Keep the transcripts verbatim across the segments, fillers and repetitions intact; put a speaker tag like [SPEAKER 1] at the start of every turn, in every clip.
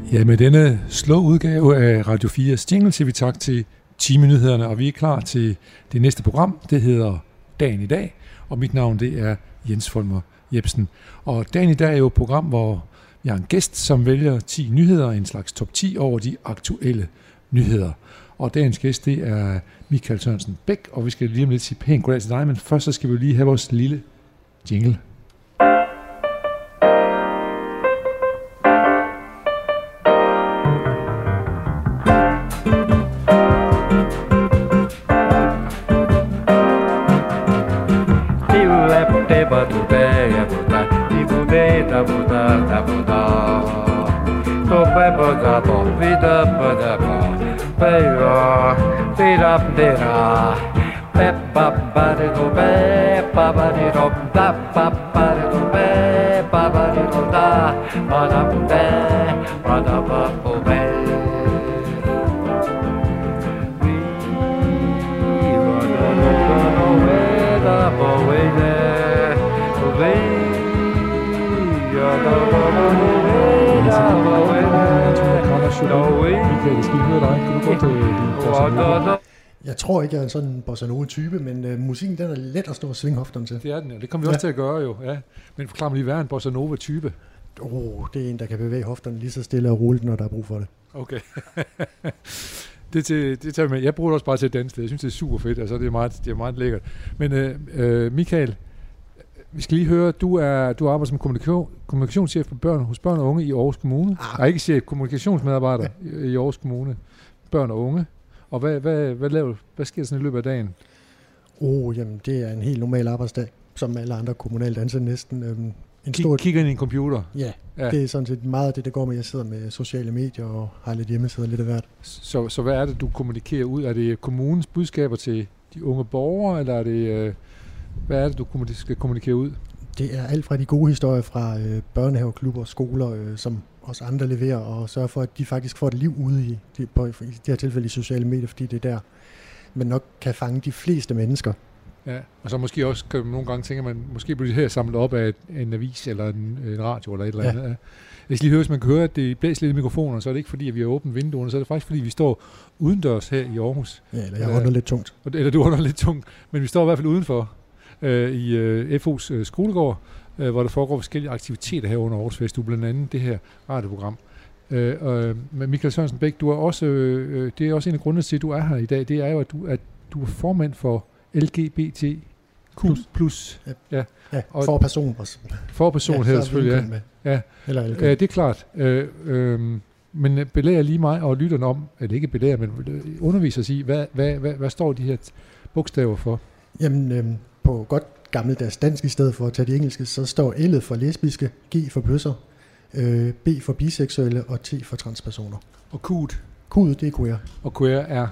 [SPEAKER 1] Ja, med denne slå udgave af Radio fires jingle siger vi tak til Timenyhederne, og vi er klar til det næste program. Det hedder Dagen i dag, og mit navn det er Jens Folmer Jebsen. Og Dagen i dag er jo et program, hvor vi har en gæst, som vælger ti nyheder, en slags top ti over de aktuelle nyheder. Og dagens gæst det er Michael Sørensen Bech, og vi skal lige om lidt sige pænt goddag til dig, men først så skal vi lige have vores lille jingle.
[SPEAKER 2] Jeg tror ikke, jeg er sådan en bossa nova-type, men uh, musikken den er let at stå og svinge hofterne til.
[SPEAKER 1] Det er den, ja. Det kommer vi ja. også til at gøre jo. Ja. Men forklar mig lige, hvad er en bossa nova-type?
[SPEAKER 2] Oh, det er en, der kan bevæge hofterne lige så stille og roligt, når der er brug for det.
[SPEAKER 1] Okay. det, til, det tager vi med. Jeg bruger det også bare til at danse det. Jeg synes, det er super fedt. Altså, det er meget, det er meget lækkert. Men uh, uh, Michael, vi skal lige høre, du er du arbejder som kommunikation, kommunikationschef på børn, hos børn og unge i Aarhus Kommune. Ah. Nej, ikke chef, kommunikationsmedarbejder ja. i Aarhus Kommune. Børn og unge. Og hvad, hvad, hvad, laver, hvad sker der sådan i løbet af dagen?
[SPEAKER 2] Oh, jamen, det er en helt normal arbejdsdag, som alle andre kommunalt ansatte næsten. Øhm, en
[SPEAKER 1] stor... Kigger ind i en computer?
[SPEAKER 2] Ja, ja, det er sådan set meget af det, der går med. Jeg sidder med sociale medier og har lidt hjemmesider lidt af hvert.
[SPEAKER 1] Så, så hvad er det, du kommunikerer ud? Er det kommunens budskaber til de unge borgere, eller er det, øh, hvad er det, du skal kommunikere ud?
[SPEAKER 2] Det er alt fra de gode historier fra øh, børnehaveklubber og skoler, øh, som os andre leverer, og sørger for, at de faktisk får et liv ude i, de, på, i det her tilfælde i sociale medier, fordi det er der, man nok kan fange de fleste mennesker.
[SPEAKER 1] Ja, og så måske også, kan nogle gange tænker man, måske bliver det her samlet op af en avis, eller en, en radio, eller et eller andet. Ja. Jeg skal lige høre, hvis man kan høre, at det blæser lidt i mikrofoner, så er det ikke fordi, at vi har åbent vinduerne, så er det faktisk fordi, vi står udendørs her i Aarhus.
[SPEAKER 2] Ja, eller jeg ånder lidt tungt.
[SPEAKER 1] Eller du ånder lidt tungt, men vi står i hvert fald udenfor øh, i øh, F O's øh, skolegård, hvor der foregår forskellige aktiviteter her under Aarhus Festuge, blandt andet det her radioprogram. Øh, øh, men Michael Sørensen Bech, du er også, øh, det er også en af grundene til, at du er her i dag, det er jo, at du, at du er formand for L G B T Q plus.
[SPEAKER 2] Ja, ja. ja for person også.
[SPEAKER 1] For person ja, hedder selvfølgelig, ja. ja.
[SPEAKER 2] Eller
[SPEAKER 1] ja, det er klart. Øh, øh, men belærer lige mig og lytterne om, eller ikke belærer, men underviser sig i, hvad, hvad, hvad, hvad står de her bogstaver for?
[SPEAKER 2] Jamen, øh, på godt gammeldags dansk i stedet for at tage de engelske, så står L'et for lesbiske, G for bøsser, øh, B for biseksuelle og T for transpersoner.
[SPEAKER 1] Og Q'et?
[SPEAKER 2] Q'et, det er queer.
[SPEAKER 1] Og queer er?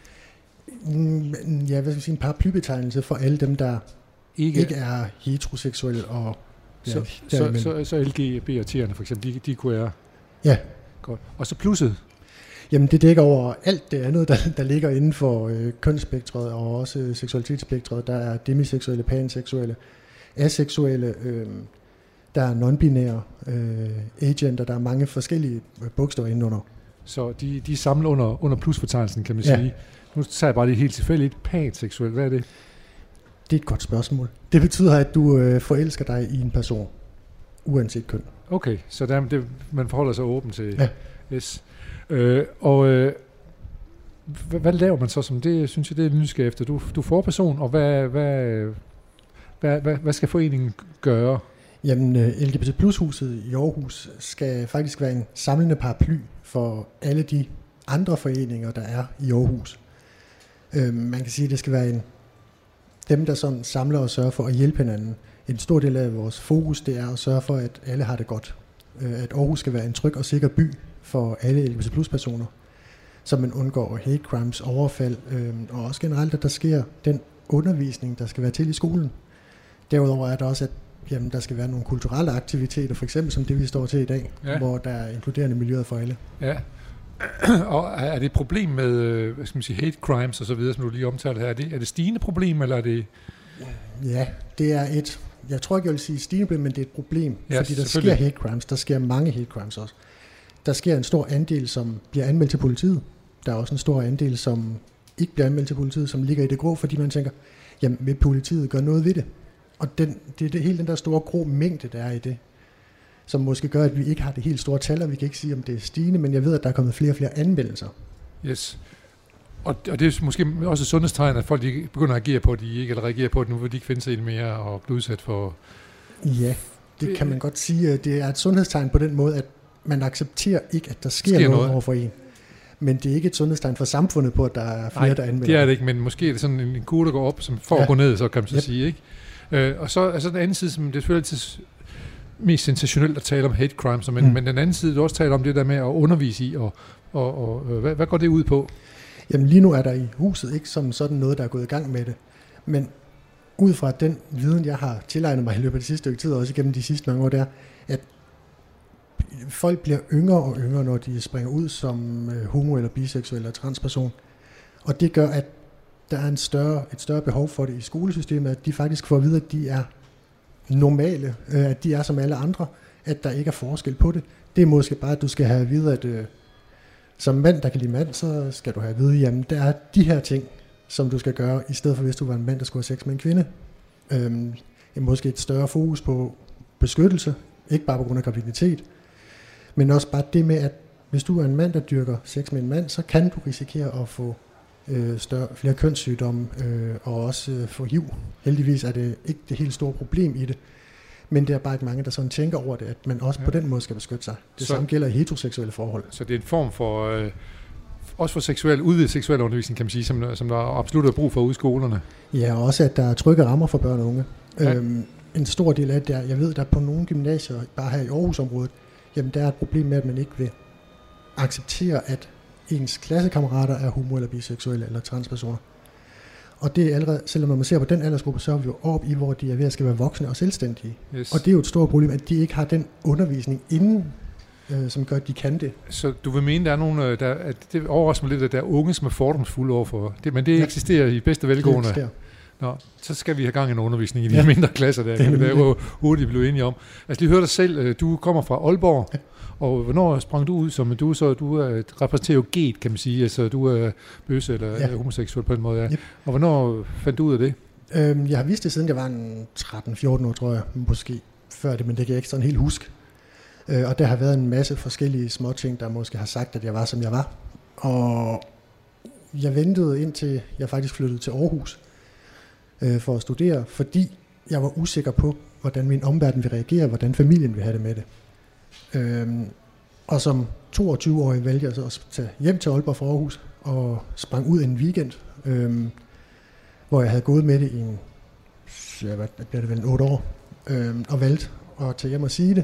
[SPEAKER 2] Mm, ja, hvad skal jeg sige, en paraplybetegnelse for alle dem, der ikke, ikke er heteroseksuelle og... Ja,
[SPEAKER 1] så, så, så, så L G B og T'erne for eksempel, de, de er queer?
[SPEAKER 2] Ja.
[SPEAKER 1] Godt. Og så plusset?
[SPEAKER 2] Jamen det dækker over alt det andet, der, der ligger inden for øh, kønsspektret og også øh, seksualitetsspektret. Der er demiseksuelle, panseksuelle, aseksuelle, øh, der er non-binære, øh, agenter, der er mange forskellige bogstaver indenunder.
[SPEAKER 1] Så de, de er samlet under, under plusfortegnelsen, kan man
[SPEAKER 2] ja.
[SPEAKER 1] sige. Nu tager jeg bare det helt tilfældigt. Panseksuel, hvad er det?
[SPEAKER 2] Det er et godt spørgsmål. Det betyder, at du øh, forelsker dig i en person, uanset køn.
[SPEAKER 1] Okay, så der, det, man forholder sig åben til...
[SPEAKER 2] Ja.
[SPEAKER 1] Yes. Øh, og øh, hvad, hvad laver man så som det, synes jeg, det er nysgerrig efter. Du, du får person, og hvad, hvad, hvad, hvad, hvad skal foreningen gøre?
[SPEAKER 2] Jamen, L G B T plus huset i Aarhus skal faktisk være en samlende paraply for alle de andre foreninger, der er i Aarhus. Øh, man kan sige, at det skal være en, dem, der sådan samler og sørger for at hjælpe hinanden. En stor del af vores fokus, det er at sørge for, at alle har det godt. Øh, at Aarhus skal være en tryg og sikker by for alle L G B T plus personer, så man undgår hate crimes, overfald, øh, og også generelt, at der sker den undervisning, der skal være til i skolen. Derudover er der også, at jamen, der skal være nogle kulturelle aktiviteter, for eksempel som det, vi står til i dag, ja. Hvor der er inkluderende miljøer for alle.
[SPEAKER 1] Ja. Og er det et problem med, hvad skal man sige, hate crimes og så videre, som du lige omtalte her? Er det, er det stigende problem, eller er det...
[SPEAKER 2] Ja, det er et, jeg tror ikke, jeg vil sige stigende problem, men det er et problem,
[SPEAKER 1] ja,
[SPEAKER 2] fordi der sker hate crimes, der sker mange hate crimes også. der sker en stor andel, som bliver anmeldt til politiet. Der er også en stor andel, som ikke bliver anmeldt til politiet, som ligger i det grå, fordi man tænker, jamen vil politiet gøre noget ved det? Og den, det er det, hele den der store grå mængde, der er i det, som måske gør, at vi ikke har det helt store tal, og vi kan ikke sige, om det er stigende, men jeg ved, at der er kommet flere og flere anmeldelser.
[SPEAKER 1] Yes. Og, og det er måske også et sundhedstegn, at folk ikke begynder at agere på, at de ikke, eller reagere på det nu, hvor de ikke finder sig i det mere og blive udsat for...
[SPEAKER 2] Ja, det kan man godt sige. Det er et sundhedstegn på den måde, at man accepterer ikke, at der sker, sker noget, noget over for en. Men det er ikke et sundhedstegn for samfundet på, at der er flere,
[SPEAKER 1] Nej,
[SPEAKER 2] der anmelder.
[SPEAKER 1] det er det ikke, men måske er det sådan en kurve, der går op, som for ja. at gå ned, så kan man så yep. sige. Ikke? Øh, og så er altså den anden side, som det er selvfølgelig altid mest sensationelt at tale om hate crimes, men, mm. men den anden side, du også taler om det der med at undervise i, og, og, og hvad, hvad går det ud på?
[SPEAKER 2] Jamen lige nu er der i huset ikke som sådan noget, der er gået i gang med det. Men ud fra den viden, jeg har tilegnet mig i løbet af det sidste stykke tid, og også igennem de sidste mange år, der, at folk bliver yngre og yngre, når de springer ud som homo- eller biseksuel eller transperson. Og det gør, at der er en større, et større behov for det i skolesystemet, at de faktisk får at vide, at de er normale, at de er som alle andre, at der ikke er forskel på det. Det er måske bare, at du skal have at vide, at øh, som mand, der kan lide mand, så skal du have at vide, jamen der er de her ting, som du skal gøre, i stedet for hvis du var en mand, der skulle have sex med en kvinde. Øhm, måske et større fokus på beskyttelse, ikke bare på grund af graviditet, men også bare det med, at hvis du er en mand, der dyrker sex med en mand, så kan du risikere at få øh, større, flere kønssygdomme øh, og også øh, få H I V. Heldigvis er det ikke det helt store problem i det, men det er bare ikke mange, der sådan tænker over det, at man også ja. på den måde skal beskytte sig. Det så, samme gælder i heteroseksuelle forhold.
[SPEAKER 1] Så det er en form for, øh, også for seksuel, udvidet seksuel undervisning, kan man sige, som, som der absolut er brug for ude i skolerne.
[SPEAKER 2] Ja, og også at der er trygge rammer for børn og unge. Ja. Øhm, en stor del af det er, jeg ved, der på nogle gymnasier, bare her i Aarhusområdet, jamen der er et problem med, at man ikke vil acceptere, at ens klassekammerater er homo- eller biseksuelle eller transpersoner. Og det er allerede, selvom man ser på den aldersgruppe, så er vi jo op i, hvor de er ved at skal være voksne og selvstændige. Yes. Og det er jo et stort problem, at de ikke har den undervisning inden, øh, som gør, at de kan det.
[SPEAKER 1] Så du vil mene, der er nogle, der, at det overrasker mig lidt, at der er unge, som er fordomsfulde overfor det, men det ja. eksisterer i bedste velgående. Nå, så skal vi have gang i en undervisning i de ja. mindre klasser der. Det, det er jo hurtigt blevet enige om. Altså lige hør dig selv, du kommer fra Aalborg, ja. og hvornår sprang du ud som du så du er, repræsenterer jo get, kan man sige, altså du er bøsse eller ja. homoseksuel på en måde, ja. Yep. Og hvornår fandt du ud af det?
[SPEAKER 2] Øhm, jeg har vidst det siden jeg var en tretten fjorten år, tror jeg, måske før det, men det kan jeg ikke sådan helt huske. Øh, og der har været en masse forskellige småting, der måske har sagt, at jeg var, som jeg var. Og jeg ventede indtil jeg faktisk flyttede til Aarhus øh, for at studere, fordi jeg var usikker på, hvordan min omverden vil reagere, hvordan familien vil have det med det. Øhm, og som toogtyve-årig valgte jeg så at tage hjem til Aalborg fra Aarhus og sprang ud en weekend, øhm, hvor jeg havde gået med det i en, ja, hvad bliver det vel, en otte år, øhm, og valgte at tage hjem og sige det.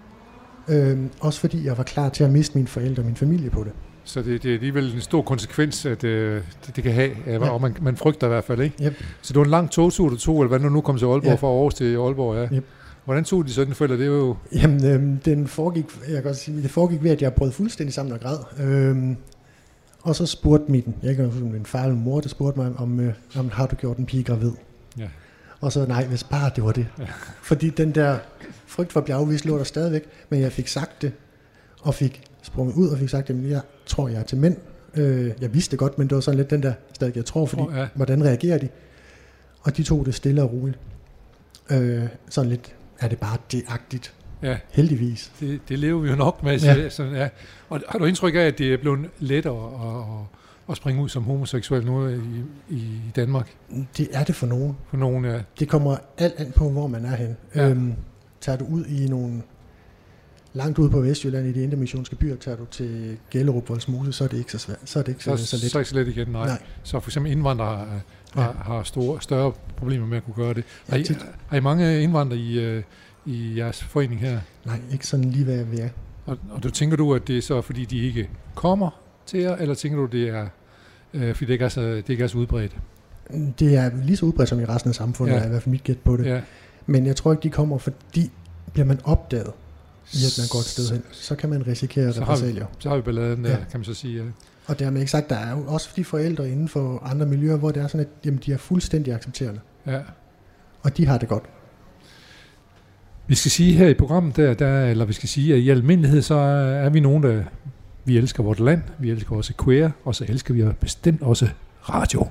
[SPEAKER 2] Øhm, også fordi jeg var klar til at miste mine forældre og min familie på det.
[SPEAKER 1] Så det, det er alligevel en stor konsekvens, at øh, det, det kan have, ja. og man, man frygter i hvert fald, ikke? Yep. Så det var en lang togtur, du tog, eller hvad nu nu kom til Aalborg, ja. fra Aarhus til Aalborg, ja. Yep. Hvordan tog de så dine forældre? Det er jo...
[SPEAKER 2] Jamen, øhm, den foregik, jeg kan godt sige, det foregik ved, at jeg brød fuldstændig sammen og græd. Øhm, og så spurgte min, jeg kan huske, min far eller mor, der spurgte mig, om, øh, om har du gjort en pige gravid? Ja. Og så nej, hvis bare det var det. Ja. Fordi den der frygt for at blive afvist lå der stadigvæk, men jeg fik sagt det, og fik sprunget ud, og fik sagt, at jeg tror, jeg er til mænd. Øh, jeg vidste det godt, men det var sådan lidt den der stadig, jeg tror, fordi, oh, ja. hvordan reagerer de? Og de tog det stille og roligt. Øh, sådan lidt, er det bare det-agtigt. Ja. Heldigvis.
[SPEAKER 1] Det, det lever vi jo nok med. Ja. Sådan, ja. Og har du indtryk af, at det er blevet lettere at, at, at springe ud som homoseksuel nu i, i Danmark?
[SPEAKER 2] Det er det for nogen.
[SPEAKER 1] For nogen, ja.
[SPEAKER 2] Det kommer alt an på, hvor man er hen. Ja. Øhm, tager du ud i nogle langt ude på Vestjylland i de intermissionske byer, tager du til Gellerup, Vollsmose, så er det ikke så svært. Så er det ikke så, så,
[SPEAKER 1] så,
[SPEAKER 2] så let.
[SPEAKER 1] Så er det slet igen, nej. nej. Så for eksempel indvandrere har, ja. har store, større problemer med at kunne gøre det. Ja, har, I, har I mange indvandrere i, i jeres forening her?
[SPEAKER 2] Nej, ikke sådan lige hvad vi er.
[SPEAKER 1] Og, og du tænker du, at det er så fordi de ikke kommer til jer, eller tænker du, det er øh, fordi det ikke er så, det ikke er så udbredt?
[SPEAKER 2] Det er lige så udbredt som i resten af samfundet, ja. er i hvert fald mit gæt på det. Ja. Men jeg tror ikke, de kommer, fordi bliver man opdaget i, at man går et sted hen, så kan man risikere repressalier.
[SPEAKER 1] Så har vi balladen der, ja. kan man så sige. Ja.
[SPEAKER 2] Og dermed ikke sagt, der er jo også de forældre inden for andre miljøer, hvor det er sådan, at jamen, de er fuldstændig accepterende. Ja. Og de har det godt.
[SPEAKER 1] Vi skal sige her i programmet, der, der, eller vi skal sige, at i almindelighed, så er, er vi nogen, der vi elsker vort land, vi elsker også queer, og så elsker vi bestemt også radio.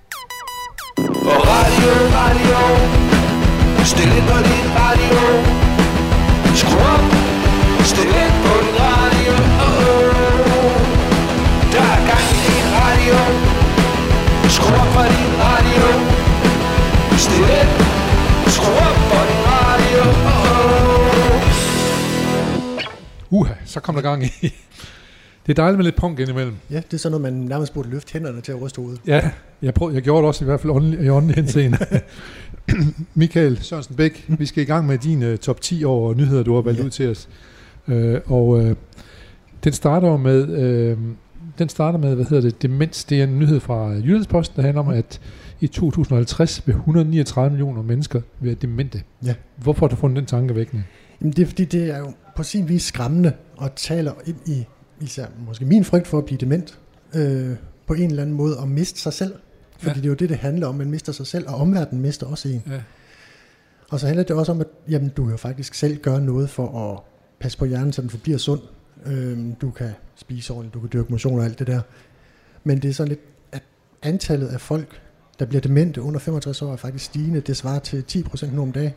[SPEAKER 3] Radio, radio, stil ind på din radio, skru op, stil ind på din radio, oh, oh. Der er gang i din radio, skru op for din radio, stil ind, skru op for din radio, oh, oh.
[SPEAKER 1] Uha, så kom der gang i. Det er dejligt med lidt punk indimellem.
[SPEAKER 2] Ja, det er sådan noget, man nærmest burde løfte hænderne til at ryste hovedet.
[SPEAKER 1] Ja, jeg, prøvede, jeg gjorde det også i hvert fald åndelig, i åndelig henseende. Michael Sørensen Bæk, vi skal i gang med din uh, top ti over nyheder, du har valgt ja. ud til os. Uh, og uh, den starter med, uh, den starter med, hvad hedder det, demens. Det er en nyhed fra Jyllandsposten, der handler om, at i to tusind og halvtreds vil et hundrede og niogtredive millioner mennesker være demente.
[SPEAKER 2] Ja.
[SPEAKER 1] Hvorfor har du fundet den tanke vækkende?
[SPEAKER 2] Jamen det er fordi, det er jo på sin vis skræmmende og taler ind i især måske min frygt for at blive dement, øh, på en eller anden måde at miste sig selv. Fordi ja. det er jo det, det handler om. Man mister sig selv, og omverdenen mister også en. Ja. Og så handler det også om, at jamen, du kan jo faktisk selv gøre noget for at passe på hjernen, så den forbliver sund. Øh, du kan spise ordentligt, du kan dyrke motion og alt det der. Men det er sådan lidt, at antallet af folk, der bliver demente under femogtres år, er faktisk stigende. Det svarer til ti procent nu om dagen.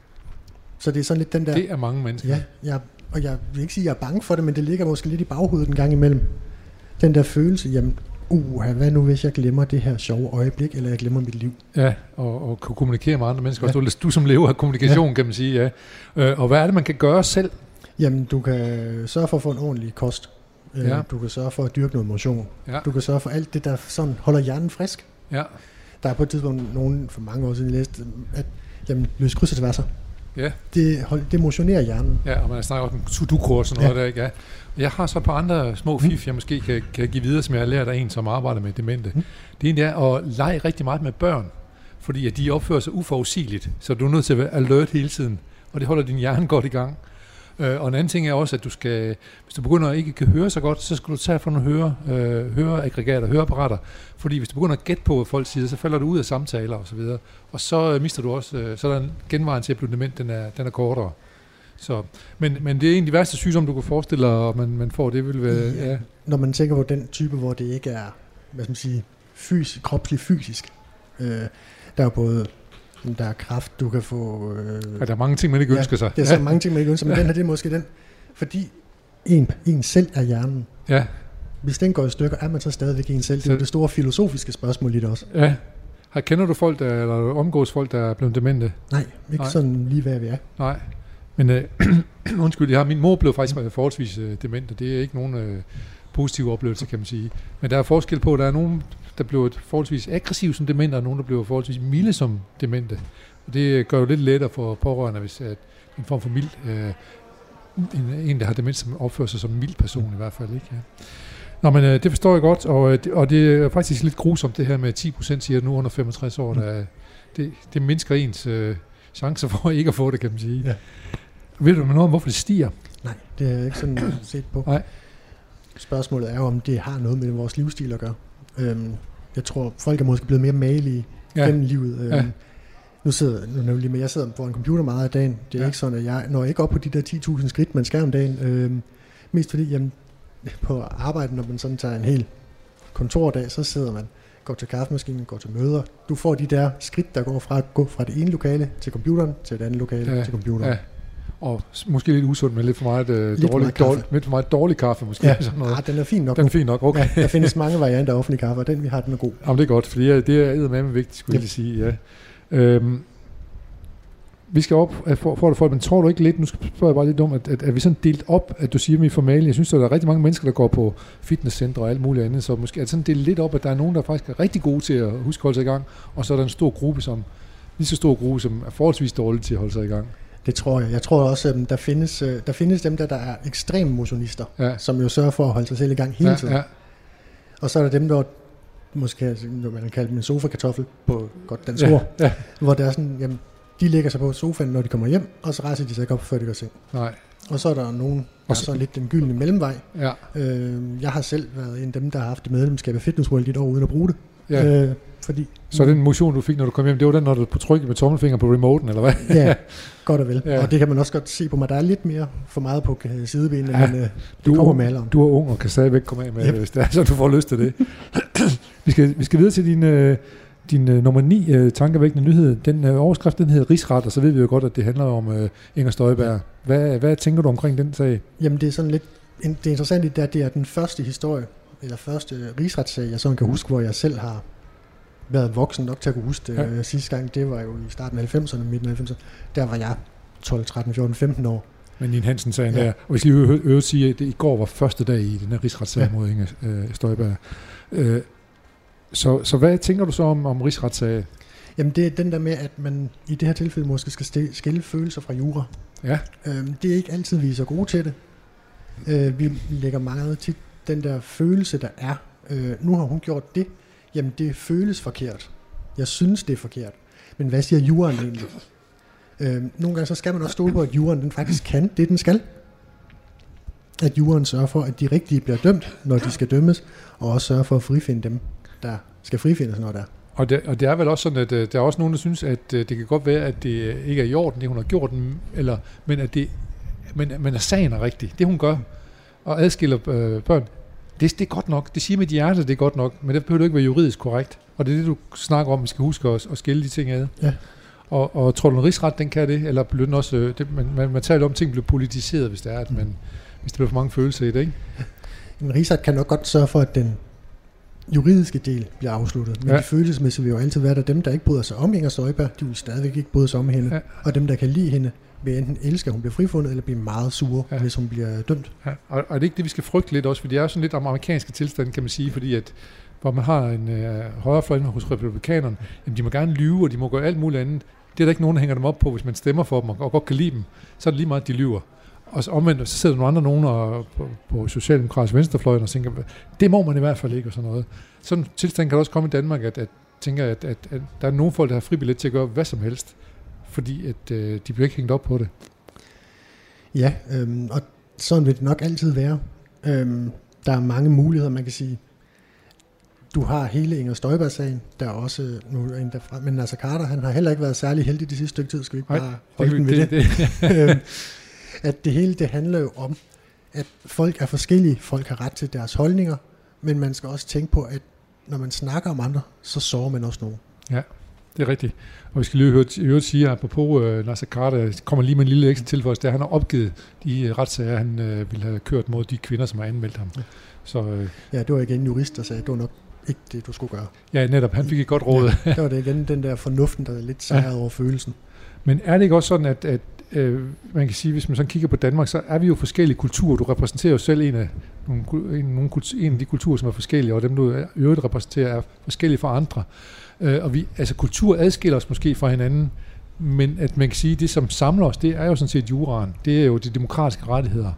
[SPEAKER 2] Så det er sådan lidt den der...
[SPEAKER 1] Det er mange mennesker.
[SPEAKER 2] Ja, jeg, og jeg vil ikke sige, at jeg er bange for det, men det ligger måske lidt i baghovedet en gang imellem. Den der følelse, jamen, uh, hvad nu hvis jeg glemmer det her sjove øjeblik, eller jeg glemmer mit liv?
[SPEAKER 1] Ja, og, og kunne kommunikere med andre mennesker. Ja. Du, du som lever af kommunikation, ja. kan man sige, ja. Øh, og hvad er det, man kan gøre selv?
[SPEAKER 2] Jamen, du kan sørge for at få en ordentlig kost. Ja. Du kan sørge for at dyrke noget motion. Ja. Du kan sørge for alt det, der sådan holder hjernen frisk. Ja. Der er på et tidspunkt nogen, for mange år siden, jeg læste, at jamen, løs kryds og tværser. Ja. Det, hold, det motionerer hjernen.
[SPEAKER 1] Ja, og man snakker også om to-do-kort og sådan noget ja. der, ikke? Ja. Jeg har så et par andre små fif, mm. jeg måske kan, kan give videre, som jeg har lært af en, som arbejder med demente. Mm. Det ene er at lege rigtig meget med børn, fordi at de opfører sig uforudsigeligt, så du er nødt til at være alert hele tiden, og det holder din hjerne godt i gang. Uh, og en anden ting er også, at du skal, hvis du begynder at ikke kan høre så godt, så skal du tage for nogle høre, uh, høreaggregater, høreapparater, fordi hvis du begynder at gætte på, hvad folk siger, så falder du ud af samtaler og så videre, og så uh, mister du også, uh, så er der en genvejen til at blive dement, den er, den er kortere. Så, men, men det er en af de værste sygdomme, du kan forestille dig, at man, man får, det vil være... Ja. Ja.
[SPEAKER 2] Når man tænker på den type, hvor det ikke er, hvad skal man sige, fysisk, kropsligt fysisk, øh, der er både... Der er kræft, du kan få... Øh,
[SPEAKER 1] ja, der er mange ting, man ikke ønsker
[SPEAKER 2] ja,
[SPEAKER 1] sig.
[SPEAKER 2] Der er så mange ting, man ikke ønsker, men ja. den her, det er måske den, fordi en, en selv er hjernen. Ja. Hvis den går i stykker, er man så stadigvæk en selv. Det er jo det store filosofiske spørgsmål i det også. Ja.
[SPEAKER 1] Her kender du folk, der, eller omgås folk, der er blevet demente?
[SPEAKER 2] Nej, ikke Nej. sådan lige hvad vi er.
[SPEAKER 1] Nej, men øh, undskyld, jeg har, min mor blev faktisk forholdsvis øh, dement, og det er ikke nogen øh, positive oplevelser, kan man sige. Men der er forskel på, at der er nogen, der bliver forholdsvis aggressiv som demente, og nogen, der bliver forholdsvis milde som demente. Og det gør jo lidt lettere for pårørende, hvis at en form for mild, øh, en, en, der har demens, som opfører sig som en mild person i hvert fald. Ikke? Ja. Nå, men øh, det forstår jeg godt, og, og det er faktisk lidt grusomt, det her med ti procent siger nu under femogtres år, der, det, det mindsker ens øh, chancer for ikke at få det, kan man sige. Ja. Ved du noget om, hvorfor det stiger?
[SPEAKER 2] Nej, det er ikke sådan set på. Nej. Spørgsmålet er jo, om det har noget med vores livsstil at gøre. Øhm, jeg tror, folk er måske blevet mere magelige ja. gennem livet. Øhm, ja. Nu sidder nu lige med, jeg sidder på en computer meget af dagen. Det er ja. ikke sådan, at jeg når ikke op på de der ti tusind skridt, man skal om dagen. Øhm, mest fordi, jamen, på arbejde, når man sådan tager en hel kontordag, så sidder man, går til kaffemaskinen, går til møder. Du får de der skridt, der går fra at gå fra det ene lokale til computeren, til det andet lokale ja. til computeren. Ja. Og
[SPEAKER 1] måske lidt usundt, men lidt for meget, øh, lidt dårlig, dårlig, lidt for meget dårlig kaffe måske.
[SPEAKER 2] Ja, sådan noget. Ah, den er fin nok.
[SPEAKER 1] Den er fin nok, okay.
[SPEAKER 2] Ja, der findes mange varianter af offentlig kaffe, og den vi har, den er god.
[SPEAKER 1] Jamen det er godt, for det er eddermame vigtigt, skulle ja. jeg sige. Ja. Øhm, vi skal op for, for det folk, men tror du ikke lidt, nu spørger jeg bare lidt om, at, at, at vi sådan delt op, at du siger, at vi er formale. Jeg synes, at der er rigtig mange mennesker, der går på fitnesscentre og alt muligt andet, så måske er det sådan delt lidt op, at der er nogen, der faktisk er rigtig gode til at huske at holde sig i gang, og så er der en stor gruppe, som lige så stor gruppe, som er forholdsvis dårlige til at holde sig i gang.
[SPEAKER 2] Det tror jeg. Jeg tror også, at der findes, der findes dem, der, der er ekstreme motionister, ja. som jo sørger for at holde sig selv i gang hele tiden. Ja, ja. Og så er der dem, der måske man kan kalde dem en sofa-kartoffel på godt dansk ord, ja, ja. hvor der er sådan, jamen, de lægger sig på sofaen, når de kommer hjem, og så rejser de sig ikke op, før de går seng. Nej. Og så er der nogen, der er så lidt den gyldne mellemvej. Ja. Øh, jeg har selv været en af dem, der har haft et medlemskab af Fitness World i et år uden at bruge det. Ja. Øh, fordi...
[SPEAKER 1] Så den motion, du fik, når du kom hjem, det var den, når du på trykket med tommelfinger på remoten, eller hvad?
[SPEAKER 2] Ja, godt og vel.
[SPEAKER 1] Ja.
[SPEAKER 2] Og det kan man også godt se på mig. Der er lidt mere for meget på sidebenene,
[SPEAKER 1] Ja,
[SPEAKER 2] men øh, det
[SPEAKER 1] du,
[SPEAKER 2] kommer med alderen.
[SPEAKER 1] Du er ung og kan stadigvæk komme af med
[SPEAKER 2] Yep.
[SPEAKER 1] det, hvis det er, så du får lyst til det. vi, skal, vi skal videre til din, øh, din øh, nummer ni øh, tankevækkende nyhed. Den øh, overskrift, den hedder Rigsret, og så ved vi jo godt, at det handler om øh, Inger Støjberg. Hvad, hvad tænker du omkring den sag?
[SPEAKER 2] Jamen det er sådan lidt... Det interessante er, at det er den første historie, eller første rigsretssag, jeg sådan kan huske, hvor jeg selv har været voksen nok til at kunne huske det. Ja. Sidste gang, det var jo i starten af halvfemserne, midten af halvfemserne. Der var jeg tolv, tretten, fjorten, femten år.
[SPEAKER 1] Men Nien Hansen-sagen
[SPEAKER 2] Ja.
[SPEAKER 1] der. Og vi skal lige øve, øve sige, at det i går var første dag i den her rigsretssag
[SPEAKER 2] Ja.
[SPEAKER 1] mod Inger øh, Støjberg. Øh, så, så hvad tænker du så om, om rigsretssag?
[SPEAKER 2] Jamen det er den der med, at man i det her tilfælde måske skal sti- skille følelser fra jura.
[SPEAKER 1] Ja.
[SPEAKER 2] Øhm, det er ikke altid, vi er så gode til det. Øh, vi lægger meget tit den der følelse, der er. Øh, nu har hun gjort det. Jamen det føles forkert. Jeg synes, det er forkert. Men hvad siger juraen egentlig? Øh, nogle gange så skal man også stole på, at juraen den faktisk kan det, den skal. At juraen sørger for, at de rigtige bliver dømt, når de skal dømmes, og også sørger for at frifinde dem, der skal frifindes, når der er.
[SPEAKER 1] Og det, og det er vel også sådan, at øh, der er også nogen, der synes, at øh, det kan godt være, at det øh, ikke er i orden, det hun har gjort, eller, men at det, men, men at sagen er rigtig. Det hun gør, og adskiller øh, børn, det, det er godt nok. Det siger mit hjerte, det er godt nok, men det behøver ikke være juridisk korrekt. Og det er det, du snakker om, vi skal huske at, at skille de ting ad.
[SPEAKER 2] Ja.
[SPEAKER 1] Og, og tror du, en rigsret, den kan det? Eller bliver den også, øh, det, man, man, man taler om, ting bliver politiseret, hvis det er, at man, hvis der bliver for mange følelser i det, ikke?
[SPEAKER 2] En rigsret kan nok godt sørge for, at den juridiske del bliver afsluttet. Men
[SPEAKER 1] Ja.
[SPEAKER 2] de følelsesmæssige vil jo altid være der. Dem, der ikke bryder sig om Inger Støjberg, de vil stadigvæk ikke bryde sig om hende.
[SPEAKER 1] Ja.
[SPEAKER 2] Og dem, der kan lide hende, vil enten elske, at hun bliver frifundet, eller blive meget sure,
[SPEAKER 1] Ja.
[SPEAKER 2] ja. hvis hun bliver dømt.
[SPEAKER 1] Ja, og, og det er ikke det, vi skal frygte lidt også, for det er jo sådan lidt om amerikanske tilstand, kan man sige, fordi at hvor man har en øh, højrefløj hos republikanerne, jamen de må gerne lyve, og de må gøre alt muligt andet. Det er der ikke nogen, der hænger dem op på, hvis man stemmer for dem og, og godt kan lide dem. Så er det lige meget, at de lyver. Og så omvendt, så sidder der nogle andre nogen og, på, på socialdemokratisk venstrefløjen og tænker, det må man i hvert fald ikke, og sådan noget. Sådan en tilstand kan der også komme i Danmark, at, at tænker, at, at, at der er nogle folk, der har fribillet til at gøre hvad som helst, fordi at, øh, de bliver ikke hængt op på det.
[SPEAKER 2] Ja, øhm, og sådan vil det nok altid være. Øhm, der er mange muligheder, man kan sige. Du har hele Inger Støjberg-sagen, der er også nu er en derfra, men Naser Khader, han har heller ikke været særlig heldig det sidste stykke tid, skal vi ikke
[SPEAKER 1] Nej,
[SPEAKER 2] bare
[SPEAKER 1] det
[SPEAKER 2] holde
[SPEAKER 1] kan
[SPEAKER 2] den
[SPEAKER 1] vi-
[SPEAKER 2] ved
[SPEAKER 1] det-
[SPEAKER 2] det? Øhm, at det hele, det handler jo om, at folk er forskellige, folk har ret til deres holdninger, men man skal også tænke på, at når man snakker om andre, så sover man også nogen.
[SPEAKER 1] Det er rigtigt. Og vi skal lige høre, høre sige, apropos uh, Naser Khader, kommer lige med en lille ekstra tilføjelse, det er, han har opgivet de uh, retssager, han uh, ville have kørt mod de kvinder, som har anmeldt ham. Så uh,
[SPEAKER 2] Ja, det var igen en jurist, der sagde, at det var nok ikke det, du skulle gøre.
[SPEAKER 1] ja, netop, han fik et godt råd.
[SPEAKER 2] Ja, der var det igen den der fornuften, der er lidt sejret over følelsen.
[SPEAKER 1] Men er det ikke også sådan, at, at øh, man kan sige, hvis man sådan kigger på Danmark, så er vi jo forskellige kulturer. Du repræsenterer jo selv en af, nogle, en, nogle, kultur, en af de kulturer, som er forskellige, og dem, du i øvrigt repræsenterer, er forskellige fra andre. Øh, og vi, altså kultur adskiller os måske fra hinanden, men at man kan sige, at det, som samler os, det er jo sådan set juraen. Det er jo de demokratiske rettigheder.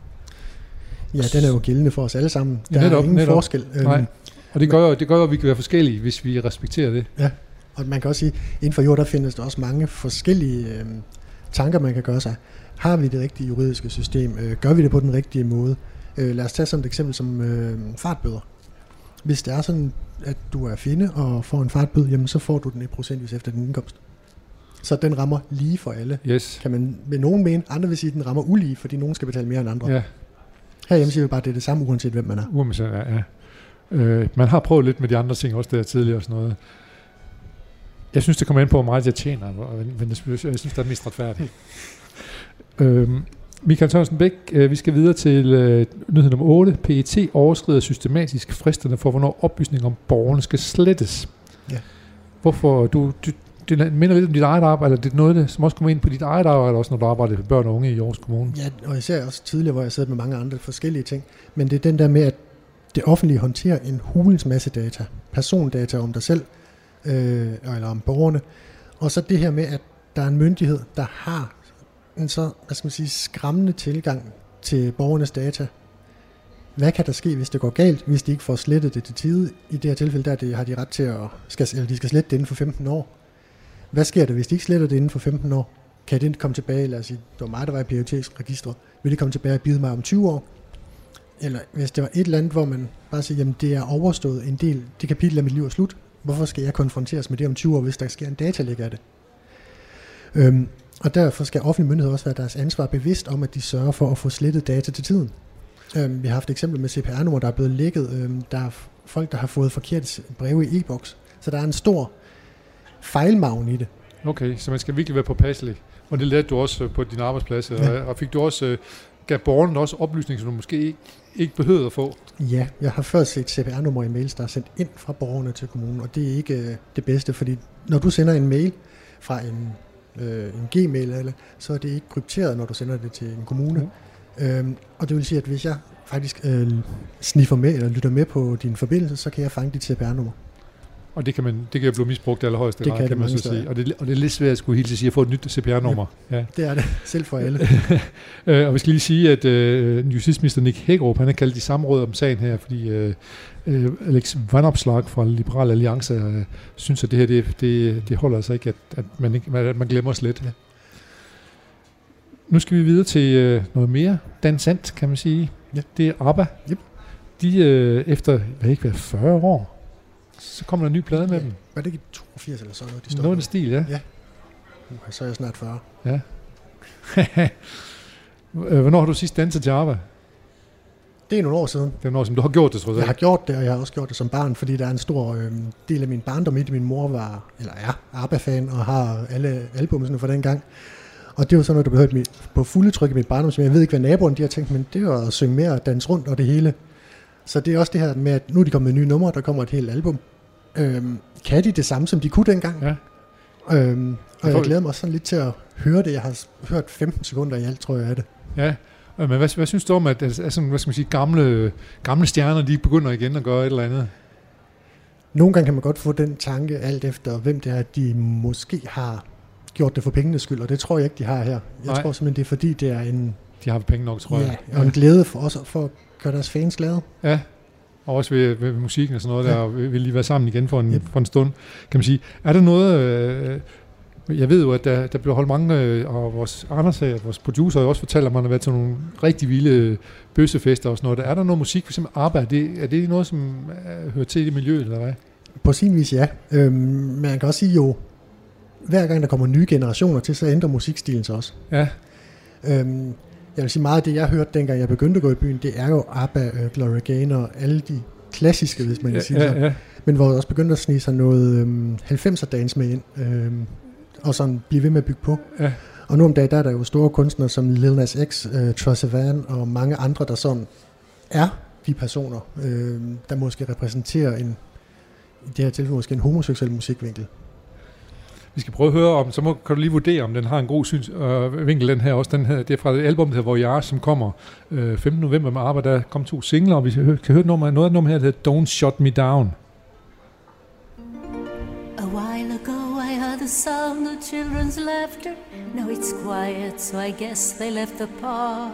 [SPEAKER 2] Ja, den er jo gældende for os alle sammen. Der
[SPEAKER 1] Ja, netop,
[SPEAKER 2] er ingen
[SPEAKER 1] netop.
[SPEAKER 2] forskel.
[SPEAKER 1] Nej. Og det gør, jo, det gør jo, at vi kan være forskellige, hvis vi respekterer det.
[SPEAKER 2] Ja, og man kan også sige, inden for jord, der findes der også mange forskellige øh, tanker, man kan gøre sig. Har vi det rigtige juridiske system? Øh, gør vi det på den rigtige måde? Øh, lad os tage sådan et eksempel som øh, fartbøder. Hvis det er sådan, at du er finde og får en fartbøde, jamen så får du den et procentvis efter din indkomst. Så den rammer lige for alle.
[SPEAKER 1] Yes.
[SPEAKER 2] Kan man med nogen mene, andre vil sige, at den rammer ulige, fordi nogen skal betale mere end andre.
[SPEAKER 1] Ja,
[SPEAKER 2] Herhjemme siger vi bare, at det er det samme, uanset hvem man er.
[SPEAKER 1] uanset, ja, ja. Øh, man har prøvet lidt med de andre ting også der tidligere og sådan noget. Jeg synes, det kommer ind på, hvor meget jeg tjener, men jeg synes, det er mest retfærdigt. øhm, Michael Sørensen Bæk, øh, vi skal videre til øh, nyhed nummer otte. P E T overskrider systematisk fristerne for, hvornår oplysninger om borgerne skal slettes.
[SPEAKER 2] Ja.
[SPEAKER 1] Hvorfor? Du, du, det minder lidt om dit eget arbejde, eller det er noget, det, som også kommer ind på dit eget arbejde, også når du arbejder for børn og unge i Aarhus Kommune.
[SPEAKER 2] Ja, og især også tidligere, hvor jeg sad med mange andre forskellige ting. Men det er den der med, at det offentlige håndterer en hulens masse data. Persondata om dig selv, øh, eller om borgerne. Og så det her med, at der er en myndighed, der har en så, hvad skal man sige, skræmmende tilgang til borgernes data. Hvad kan der ske, hvis det går galt, hvis de ikke får slettet det til tide? I det her tilfælde, der det, har de ret til at, skal, eller de skal slette det inden for femten år. Hvad sker der, hvis de ikke sletter det inden for femten år? Kan det komme tilbage, lad os sige, det var mig, der var i P O T-registret, vil det komme tilbage og bide mig om tyve år? Eller hvis det var et eller andet, hvor man bare siger, jamen det er overstået en del, det kapitel af mit liv er slut, Hvorfor skal jeg konfronteres med det om tyve år, hvis der sker en datalæk af det? Øhm, og derfor skal offentlige myndigheder også være deres ansvar bevidst om, at de sørger for at få slettet data til tiden. Øhm, vi har haft eksempler med C P R-nummer, der er blevet lækket. Øhm, der er folk, der har fået forkert breve i e-boks. Så der er en stor fejlmagn i det.
[SPEAKER 1] Okay, så man skal virkelig være påpasselig. Og det lærte du også på din arbejdsplads. Ja. Og fik du også, gav borgerne også oplysninger, som du måske ikke, ikke behøvede at få?
[SPEAKER 2] Ja, jeg har før set C P R-nummer i mails, der er sendt ind fra borgerne til kommunen, og det er ikke øh, det bedste, fordi når du sender en mail fra en, øh, en Gmail, eller, så er det ikke krypteret, når du sender det til en kommune. Mm. Øhm, og det vil sige, at hvis jeg faktisk øh, sniffer med, eller lytter med på din forbindelse, så kan jeg fange dit C P R-nummer.
[SPEAKER 1] Og det kan man det kan blive misbrugt i allerhøjeste grad,
[SPEAKER 2] kan,
[SPEAKER 1] kan man så sige. Og det, og det er lidt svært at skulle hilse sige at få et nyt C P R-nummer.
[SPEAKER 2] Ja, ja. Det er det, selv for alle.
[SPEAKER 1] Og vi skal lige sige, at øh, justitsminister Nick Hækkerup, han har kaldt i samråd om sagen her, fordi øh, øh, Alex Vanopslagh fra Liberal Alliance øh, synes, at det her det, det, det holder altså ikke, at, at, man ikke, at man glemmer slet. Ja. Nu skal vi videre til øh, noget mere dansant, kan man sige. Ja. Det er ABBA. Yep. De øh, efter, hvad ikke, fyrre år, så kommer der en ny plade med
[SPEAKER 2] ja.
[SPEAKER 1] dem.
[SPEAKER 2] Var det ikke toogfirs eller sådan noget, de står
[SPEAKER 1] noget af stil, ja.
[SPEAKER 2] Ja. Okay, så er jeg snart fyrre.
[SPEAKER 1] Ja. Hvornår har du sidst danset til ABBA?
[SPEAKER 2] Det er nogle år siden.
[SPEAKER 1] Det er nogle år siden. Du har gjort det, tror jeg.
[SPEAKER 2] Jeg har gjort det, og jeg har også gjort det som barn, fordi der er en stor øh, del af min barndom i det. Min mor var, eller er, ABBA-fan, og har alle albumene fra den gang. Og det var sådan noget, der blev hørt på fulde tryk i mit barndom, som jeg ved ikke, hvad naboerne de har tænkt, men det var at synge mere og danse rundt og det hele. Så det er også det her med, at nu er de kommet med nye numre, der kommer et helt album. Øhm, kan de det samme, som de kunne dengang?
[SPEAKER 1] Ja.
[SPEAKER 2] Øhm, og jeg glæder mig også sådan lidt til at høre det. Jeg har hørt femten sekunder i alt, tror jeg, af det.
[SPEAKER 1] Ja, men hvad, hvad synes du om, at altså, hvad skal man sige, gamle, gamle stjerner, de begynder igen at gøre et eller andet?
[SPEAKER 2] Nogle gange kan man godt få den tanke, alt efter hvem det er, at de måske har gjort det for pengenes skyld, og det tror jeg ikke, de har her. Jeg Nej. tror simpelthen, det er fordi, det er en...
[SPEAKER 1] De har penge nok, tror jeg.
[SPEAKER 2] Ja, og en glæde for os, for at gøre deres fans glade.
[SPEAKER 1] Ja, og også ved, ved, ved musikken og sådan noget, ja. Der vil lige være sammen igen for en, yep. for en stund, kan man sige. Er der noget... Øh, jeg ved jo, at der, der bliver holdt mange, øh, og vores Anders, vores producer, har også fortalt, at man har været til nogle rigtig vilde bøssefester og sådan noget. Er der noget musik, for eksempel ABBA, er det, er det noget, som øh, hører til i det miljø, eller hvad?
[SPEAKER 2] På sin vis, ja. Øhm, men man kan også sige jo, hver gang der kommer nye generationer til, så ændrer musikstilen sig også.
[SPEAKER 1] Ja.
[SPEAKER 2] Øhm, jeg vil sige, meget af det, jeg hørte, dengang jeg begyndte at gå i byen, det er jo ABBA, øh, Gloria Gaynor og alle de klassiske, hvis man kan
[SPEAKER 1] ja,
[SPEAKER 2] sige
[SPEAKER 1] ja,
[SPEAKER 2] så.
[SPEAKER 1] Ja.
[SPEAKER 2] Men hvor der også begyndte at snige sig noget øhm, halvfemser-dans med ind, øhm, og sådan blive ved med at bygge på.
[SPEAKER 1] Ja.
[SPEAKER 2] Og nu om dagen, der er der jo store kunstnere som Lil Nas X, øh, Troye Sivan og mange andre, der sådan er de personer, øh, der måske repræsenterer en, i det her tilfælde måske en homoseksuel musikvinkel.
[SPEAKER 1] Vi skal prøve at høre om, så må, kan du lige vurdere, om den har en god syns, øh, vinkel, den her også. Den her, det er fra et album, der hedder Voyage, som kommer øh, femtende november med ABBA. Der kom to singler, og vi kan høre, kan høre noget, noget af nummer her, der hedder Don't Shut Me Down.
[SPEAKER 4] A while ago I heard the sound of children's laughter. Now it's quiet, so I guess they left the park.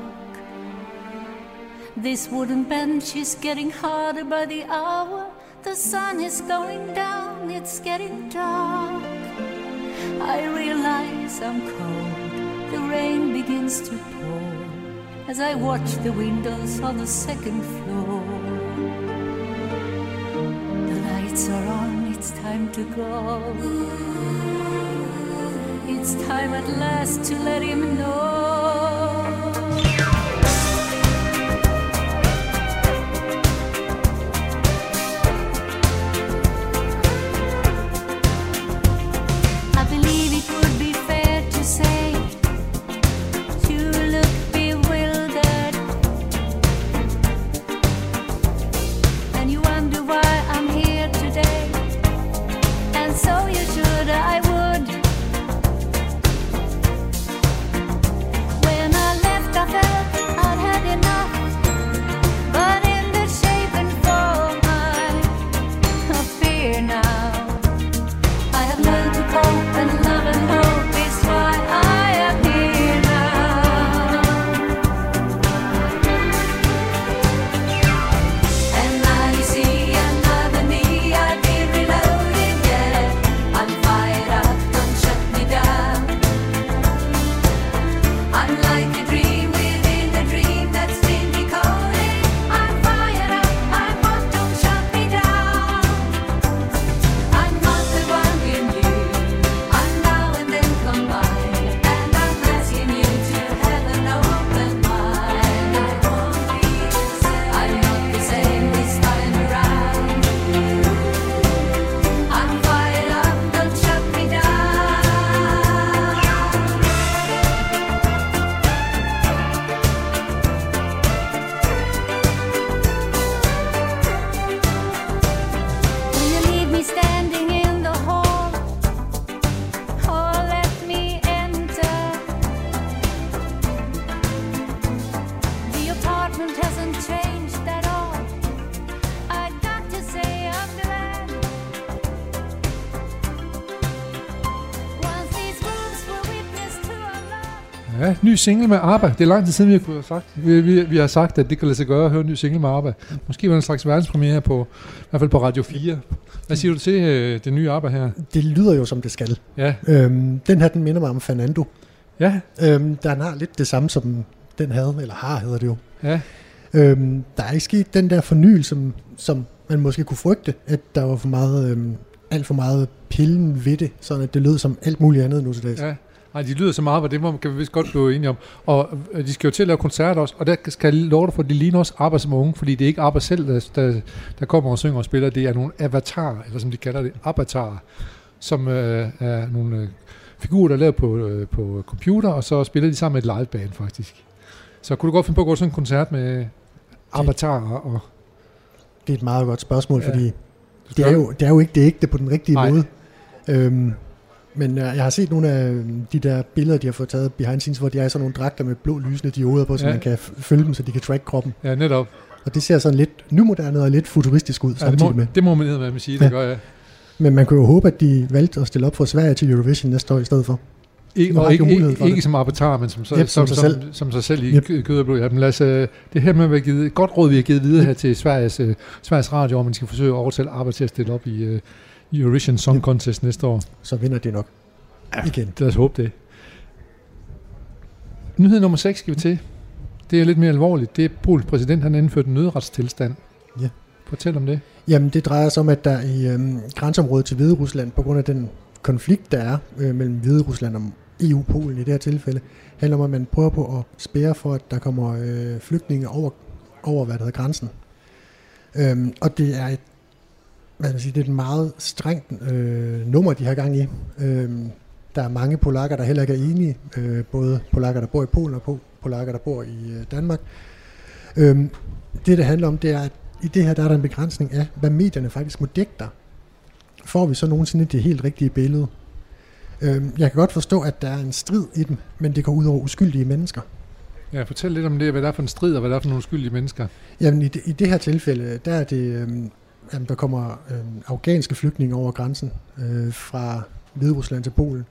[SPEAKER 4] This wooden bench is getting harder by the hour. The sun is going down, it's getting dark. I realize I'm cold, the rain begins to pour as I watch the windows on the second floor. The lights are on, it's time to go. It's time at last to let him know.
[SPEAKER 1] Ja, ny single med ABBA. Det er lang tid siden, vi har sagt. Vi, vi, vi har sagt, at det kan lade sig gøre at høre en ny single med ABBA. Måske var en slags verdenspremiere på, i hvert fald på Radio fire. Hvad siger du til øh, det nye ABBA her?
[SPEAKER 2] Det lyder jo som det skal.
[SPEAKER 1] Ja.
[SPEAKER 2] Øhm, den her, den minder mig om Fernando.
[SPEAKER 1] Ja.
[SPEAKER 2] Øhm, den har lidt det samme, som den havde, eller har, hedder det jo.
[SPEAKER 1] Ja.
[SPEAKER 2] Øhm, der er ikke sket den der fornyelse, som, som man måske kunne frygte, at der var for meget, øhm, alt for meget pillen ved det, sådan at det lød som alt muligt andet nu til dags.
[SPEAKER 1] Ja. Nej, de lyder så meget, og det må, kan vi vist godt blive enige om. Og de skal jo til at lave koncerter også, og der skal jeg love dig for, at de ligner også ABBA som unge, fordi det er ikke ABBA selv, der, der, der kommer og synger og spiller, det er nogle avatarer, eller som de kalder det, avatarer, som øh, er nogle øh, figurer, der er lavet på, øh, på computer, og så spiller de sammen med et liveband faktisk. Så kunne du godt finde på at gå sådan en koncert med avatarer? Og
[SPEAKER 2] det er et meget godt spørgsmål,
[SPEAKER 1] ja.
[SPEAKER 2] fordi det er, jo, det er jo ikke det ægte på den rigtige
[SPEAKER 1] Nej.
[SPEAKER 2] måde. Øhm, Men jeg har set nogle af de der billeder, de har fået taget behind scenes, hvor de er i sådan nogle dragter med blå lysende dioder på, så ja. man kan følge dem, så de kan track kroppen.
[SPEAKER 1] Ja, netop.
[SPEAKER 2] Og det ser sådan lidt nymoderne og lidt futuristisk ud
[SPEAKER 1] ja,
[SPEAKER 2] samtidig
[SPEAKER 1] det må,
[SPEAKER 2] med.
[SPEAKER 1] Det må man ned med at sige, det ja. gør jeg.
[SPEAKER 2] Men man kunne jo håbe, at de valgte at stille op for Sverige til Eurovision næste år i stedet for.
[SPEAKER 1] Ikke, og ikke, ikke, ikke som avatar, men som, så,
[SPEAKER 2] yep,
[SPEAKER 1] som,
[SPEAKER 2] som,
[SPEAKER 1] som,
[SPEAKER 2] sig
[SPEAKER 1] som, som sig selv i
[SPEAKER 2] yep.
[SPEAKER 1] kød og blod. Jamen, lad os, det her med at være givet, godt råd, vi har givet videre yep. her til Sveriges, uh, Sveriges Radio, om man skal forsøge at overtale ABBA til at stille op i uh, Eurovision Song yep. Contest næste år.
[SPEAKER 2] Så vinder det nok.
[SPEAKER 1] Ja, igen. Lad os håbe det. Nyhed nummer seks skal vi til. Det er lidt mere alvorligt. Det er Polens præsident, han har indført en nødretstilstand.
[SPEAKER 2] Ja.
[SPEAKER 1] Fortæl om det.
[SPEAKER 2] Jamen, det drejer sig om, at der i øhm, grænseområdet til Hviderusland, på grund af den konflikt, der er øh, mellem Hviderusland og E U-Polen i det her tilfælde, handler om, at man prøver på at spærre for, at der kommer øh, flygtninge over, over, hvad der hedder, grænsen. Øhm, og det er et, hvad skal man sige, det er et meget strengt øh, nummer, de har gang i. Øhm, Der er mange polakker, der heller ikke er enige. Øh, både polakker, der bor i Polen, og polakker, der bor i øh, Danmark. Øhm, det, det handler om, det er, at i det her, der er der en begrænsning af, hvad medierne faktisk må dække der. Får vi så nogensinde det helt rigtige billede? Øhm, jeg kan godt forstå, at der er en strid i dem, men det går ud over uskyldige mennesker.
[SPEAKER 1] Ja, fortæl lidt om det, hvad der er for en strid, og hvad der er for nogle uskyldige mennesker.
[SPEAKER 2] Jamen, i det, i det her tilfælde, der er det, øhm, jamen, der kommer øhm, afghanske flygtninge over grænsen øh, fra Hviderusland til Polen.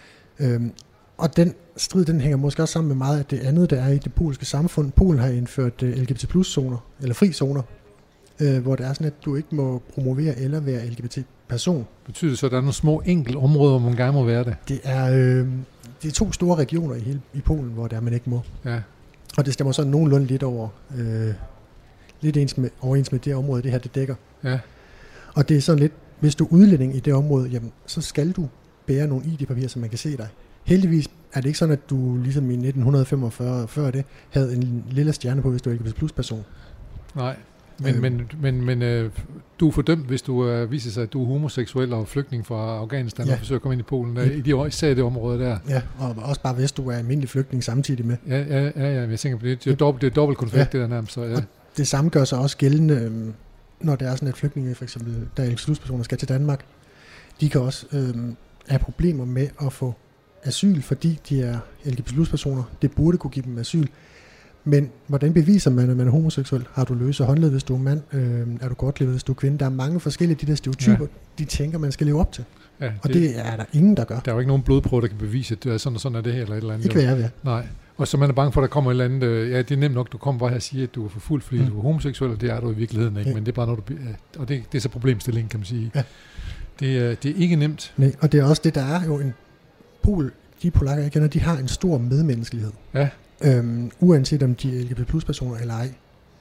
[SPEAKER 2] Øhm, og den strid, den hænger måske også sammen med meget af det andet, der er i det polske samfund. Polen har indført øh, L G B T plus zoner, eller fri zoner, øh, hvor det er sådan, at du ikke må promovere eller være L G B T-person.
[SPEAKER 1] Betyder det så, at der er nogle små enkelte områder, hvor man gerne må være det?
[SPEAKER 2] Det er, øh, det er to store regioner i, hele, i Polen, hvor det er, man ikke må.
[SPEAKER 1] Ja.
[SPEAKER 2] Og det stemmer så nogenlunde lidt over, øh, lidt ens med, overens med det område, det her det dækker.
[SPEAKER 1] Ja. Og
[SPEAKER 2] det er sådan lidt, hvis du er udlænding i det område, jamen, så skal du bære nogle I D-papirer, så man kan se dig. Heldigvis er det ikke sådan, at du ligesom i nitten femogfyrre før det, havde en lille stjerne på, hvis du er L G B T plus person.
[SPEAKER 1] Nej, men, øh. men, men, men øh, du er fordømt, hvis du øh, viser sig, at du er homoseksuel og flygtning fra Afghanistan ja. og forsøger at komme ind i Polen, der, ja. i de, især i det område der.
[SPEAKER 2] Ja, og også bare hvis du er almindelig flygtning samtidig med.
[SPEAKER 1] Ja, ja, ja, ja jeg tænker på det. Det er dobbelt, det er dobbelt konflikt, ja. det der nærmest. Så, ja.
[SPEAKER 2] Og det samme gør sig også gældende, når det er sådan, at flygtninge, for eksempel, der er L G B T plus personer, skal til Danmark. De kan også øh, have problemer med at få asyl, fordi de er L G B T plus personer. Det burde kunne give dem asyl. Men hvordan beviser man, at man er homoseksuel? Har du løse håndled, hvis du er mand? Øh, er du godt levet, hvis du er kvinde? Der er mange forskellige de der stereotyper, ja. de tænker, man skal leve op til. Ja, det, og det er der ingen, der gør.
[SPEAKER 1] Der er jo ikke nogen blodprøve, der kan bevise, at det er sådan og sådan er det her, eller et eller andet.
[SPEAKER 2] Ikke hvad jeg vil.
[SPEAKER 1] Nej. Og så man er bange for, at der kommer et eller andet, øh, ja, det er nemt nok, du kommer bare her og siger, at du er for fuld, fordi mm. du er homoseksuel, og det er du i virkeligheden ikke, ja. men det er bare noget, du, og det, det er så problemstillingen, kan man sige. Ja. Det, det er ikke nemt.
[SPEAKER 2] Nej, og det er også det, der er jo en pol, de polakker, jeg kender, de har en stor medmenneskelighed. Ja. Øhm, uanset om de er L G B T plus personer eller ej.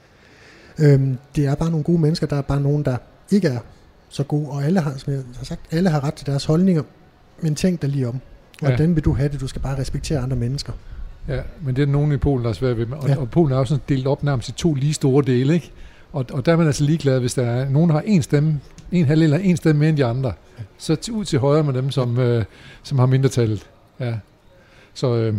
[SPEAKER 2] Øhm, det er bare nogle gode mennesker, der er bare nogen, der ikke er så gode, og alle har, som jeg har sagt, alle har ret til deres holdninger, men tænk dig lige om. Hvordan ja. vil du have det? Du skal bare respektere andre mennesker.
[SPEAKER 1] Ja, men det er nogen i Polen, der er svært ved. Og, ja. og Polen er jo sådan delt op nærmest i to lige store dele, ikke? Og, og der er man altså ligeglad, hvis der er nogen, der har en stemme, en halvdel eller en stemme mere end de andre. Ja. Så ud til højre med dem, som, øh, som har mindretallet. Ja. Så øh,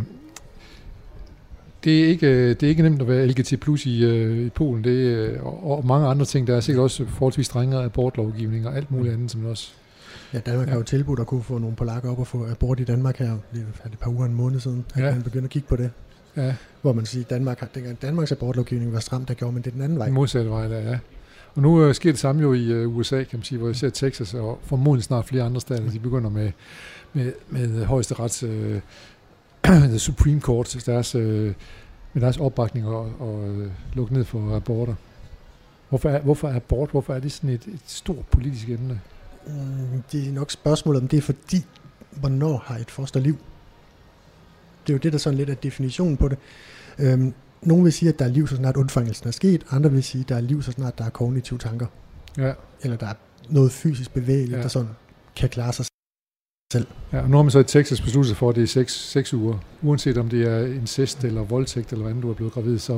[SPEAKER 1] det, er ikke, det er ikke nemt at være L G B T plus i, øh, i Polen. Det, øh, og, og mange andre ting. Der er sikkert også forholdsvis strengere abortlovgivning og alt muligt andet, som også...
[SPEAKER 2] Ja, Danmark ja. har jo tilbudt at kunne få nogle polakker op og få abort i Danmark her. Det er et par uger, en måned siden, at ja. man begynder at kigge på det. Ja. Hvor man siger, at Danmark har, dengang Danmarks abortlovgivning var stramt, der gjorde man det den anden vej.
[SPEAKER 1] Den modsatte vej, der, ja. Og nu øh, sker det samme jo i øh, U S A, kan man sige, hvor jeg ser Texas og formodentlig snart flere andre stater, de begynder med, med, med højesterets øh, The Supreme Court, deres, øh, med deres opbakning og, og øh, lukke ned for aborter. Hvorfor er, hvorfor er abort? Hvorfor er det sådan et, et stort politisk emne?
[SPEAKER 2] Mm, det er nok spørgsmålet, om det er fordi, hvornår har et foster liv? Det er jo det, der sådan lidt er definitionen på det. Øhm, nogle vil sige, at der er liv, så snart undfangelsen er sket. Andre vil sige, at der er liv, så snart der er kognitive tanker.
[SPEAKER 1] Ja.
[SPEAKER 2] Eller der er noget fysisk bevægeligt, ja. Der sådan kan klare sig selv.
[SPEAKER 1] Ja, og nu har man så i Texas besluttet sig for, at det er seks, seks uger. Uanset om det er incest eller voldtægt, eller hvordan du er blevet gravid, så...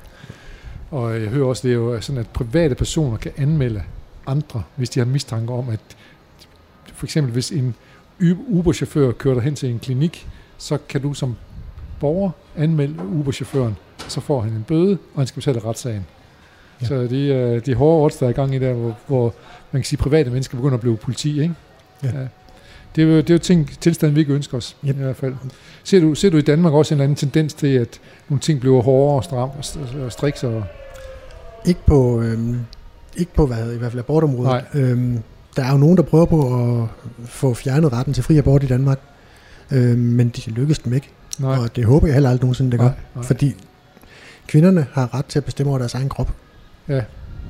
[SPEAKER 1] Og jeg hører også, det er jo sådan, at private personer kan anmelde andre, hvis de har mistanke om, at for eksempel hvis en Uber-chauffør kører dig hen til en klinik, så kan du som borger anmelde Uber-chaufføren, så får han en bøde, og han skal betale retssagen. Ja. Så det er de hårde odds, der er i gang i der, hvor, hvor man kan sige, private mennesker begynder at blive politi, ikke? Ja. Ja. Det er jo, det er jo ting, tilstanden, vi ikke ønsker os, yep. I hvert fald. Ser du, ser du i Danmark også en eller anden tendens til, at nogle ting bliver hårdere og stramme og striks? Og
[SPEAKER 2] ikke på, øhm, ikke på hvad, i hvert fald abortområdet. Øhm, der er jo nogen, der prøver på at få fjernet retten til fri abort i Danmark, øhm, men de lykkes dem ikke. Nej. Og det håber jeg heller aldrig nogensinde, det gør. Nej, nej. Fordi kvinderne har ret til at bestemme over deres egen krop.
[SPEAKER 1] Ja,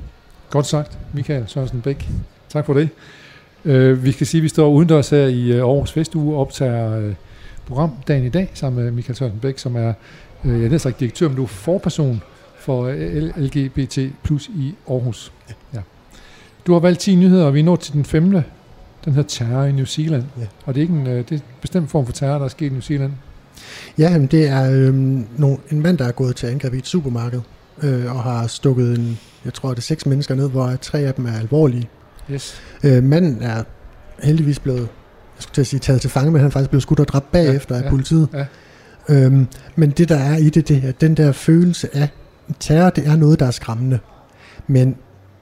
[SPEAKER 1] godt sagt, Michael Sørensen Bæk. Tak for det. Uh, vi skal sige, at vi står udendørs her i uh, Aarhus Festuge og optager uh, program dagen i dag sammen med Michael Sørensen Bæk, som er uh, jeg er næsten ikke direktør, men du er forperson for uh, L G B T plus i Aarhus. Ja. Ja. Du har valgt ti nyheder, og vi er nået til den femte. Den hedder terror i New Zealand. Ja. Og det er ikke en, uh, det er en bestemt form for terror, der er sket i New Zealand.
[SPEAKER 2] Ja, det er øhm, no, en mand, der er gået til angreb i et supermarked øh, og har stukket en, jeg tror det er seks mennesker ned, hvor tre af dem er alvorlige. Yes. Øh, manden er heldigvis blevet, jeg skulle til at sige, taget til fange, men han er faktisk blevet skudt og dræbt bagefter ja, af ja, politiet. Ja. Øhm, men det der er i det, det er, at den der følelse af terror, det er noget, der er skræmmende. Men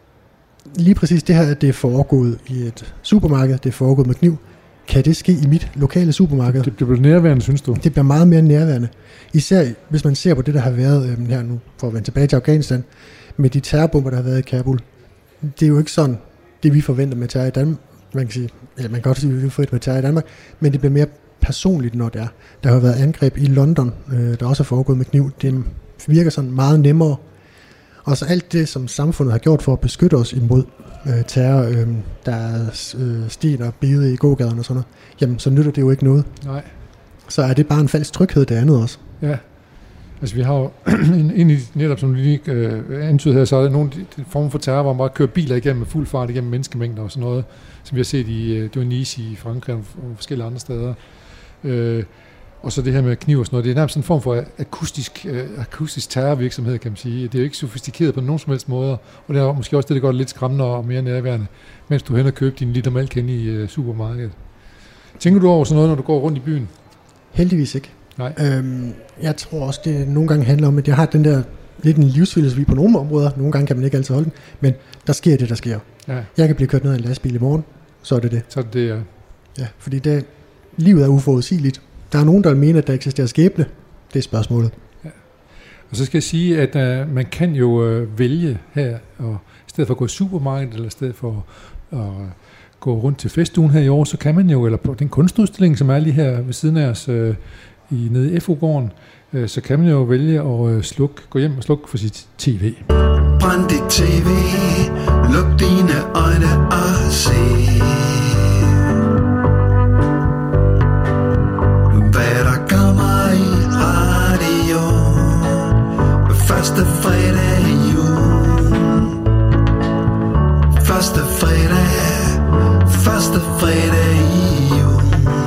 [SPEAKER 2] lige præcis det her, at det er foregået i et supermarked, det er foregået med kniv, kan det ske i mit lokale supermarked?
[SPEAKER 1] Det, det bliver nærværende, synes du?
[SPEAKER 2] Det bliver meget mere nærværende. Især hvis man ser på det, der har været øh, her nu, for at vende tilbage til Afghanistan, med de terrorbomber, der har været i Kabul. Det er jo ikke sådan, det vi forventer med terror i Danmark. Man kan sige, eller man kan godt sige, at vi forventer med terror i Danmark, men det bliver mere personligt, når det er. Der har været angreb i London, øh, der også er foregået med kniv. Det virker sådan meget nemmere. Og så alt det, som samfundet har gjort for at beskytte os imod øh, terror, øh, der er øh, sten og bide i gågaderne og sådan noget, jamen så nytter det jo ikke noget. Nej. Så er det bare en falsk tryghed, det andet også.
[SPEAKER 1] Ja, altså vi har jo ind i netop, som du lige øh, antyder her, så er der nogle former for terror, hvor man bare kører biler igennem med fuld fart igennem menneskemængder og sådan noget, som vi har set i, det var Nice i Frankrig og forskellige andre steder. Øh, Og så det her med kniv og sådan noget, det er nærmest en form for akustisk, øh, akustisk terrorvirksomhed, kan man sige. Det er jo ikke sofistikeret på nogen som helst måder, og det er måske også det, der gør det lidt skræmmende og mere nærværende, mens du hen og køber din liter mælk hen i øh, supermarkedet. Tænker du over sådan noget, når du går rundt i byen?
[SPEAKER 2] Heldigvis ikke.
[SPEAKER 1] Nej.
[SPEAKER 2] Øhm, jeg tror også, det nogle gange handler om, at jeg har den der lidt en livsfilosofi på nogle områder. Nogle gange kan man ikke altid holde den, men der sker det, der sker. Ja. Jeg kan blive kørt ned af en lastbil i morgen, så er det det.
[SPEAKER 1] Så er det det, ja.
[SPEAKER 2] Ja, fordi det, livet er uforudsigeligt. Der er nogen, der mener, at der eksisterer skæbne. Det er spørgsmålet. Ja.
[SPEAKER 1] Og så skal jeg sige, at uh, man kan jo uh, vælge her, og i stedet for at gå i supermarkedet, eller i stedet for at uh, gå rundt til festugen her i år, så kan man jo, eller på den kunstudstilling, som er lige her ved siden af os uh, i, nede i F O-gården, uh, så kan man jo vælge at uh, slukke, gå hjem og slukke for sit tv.
[SPEAKER 3] Brænd dit tv, luk dine øjne og se. Første fredag i jul. Første fredag, første fredag i jul.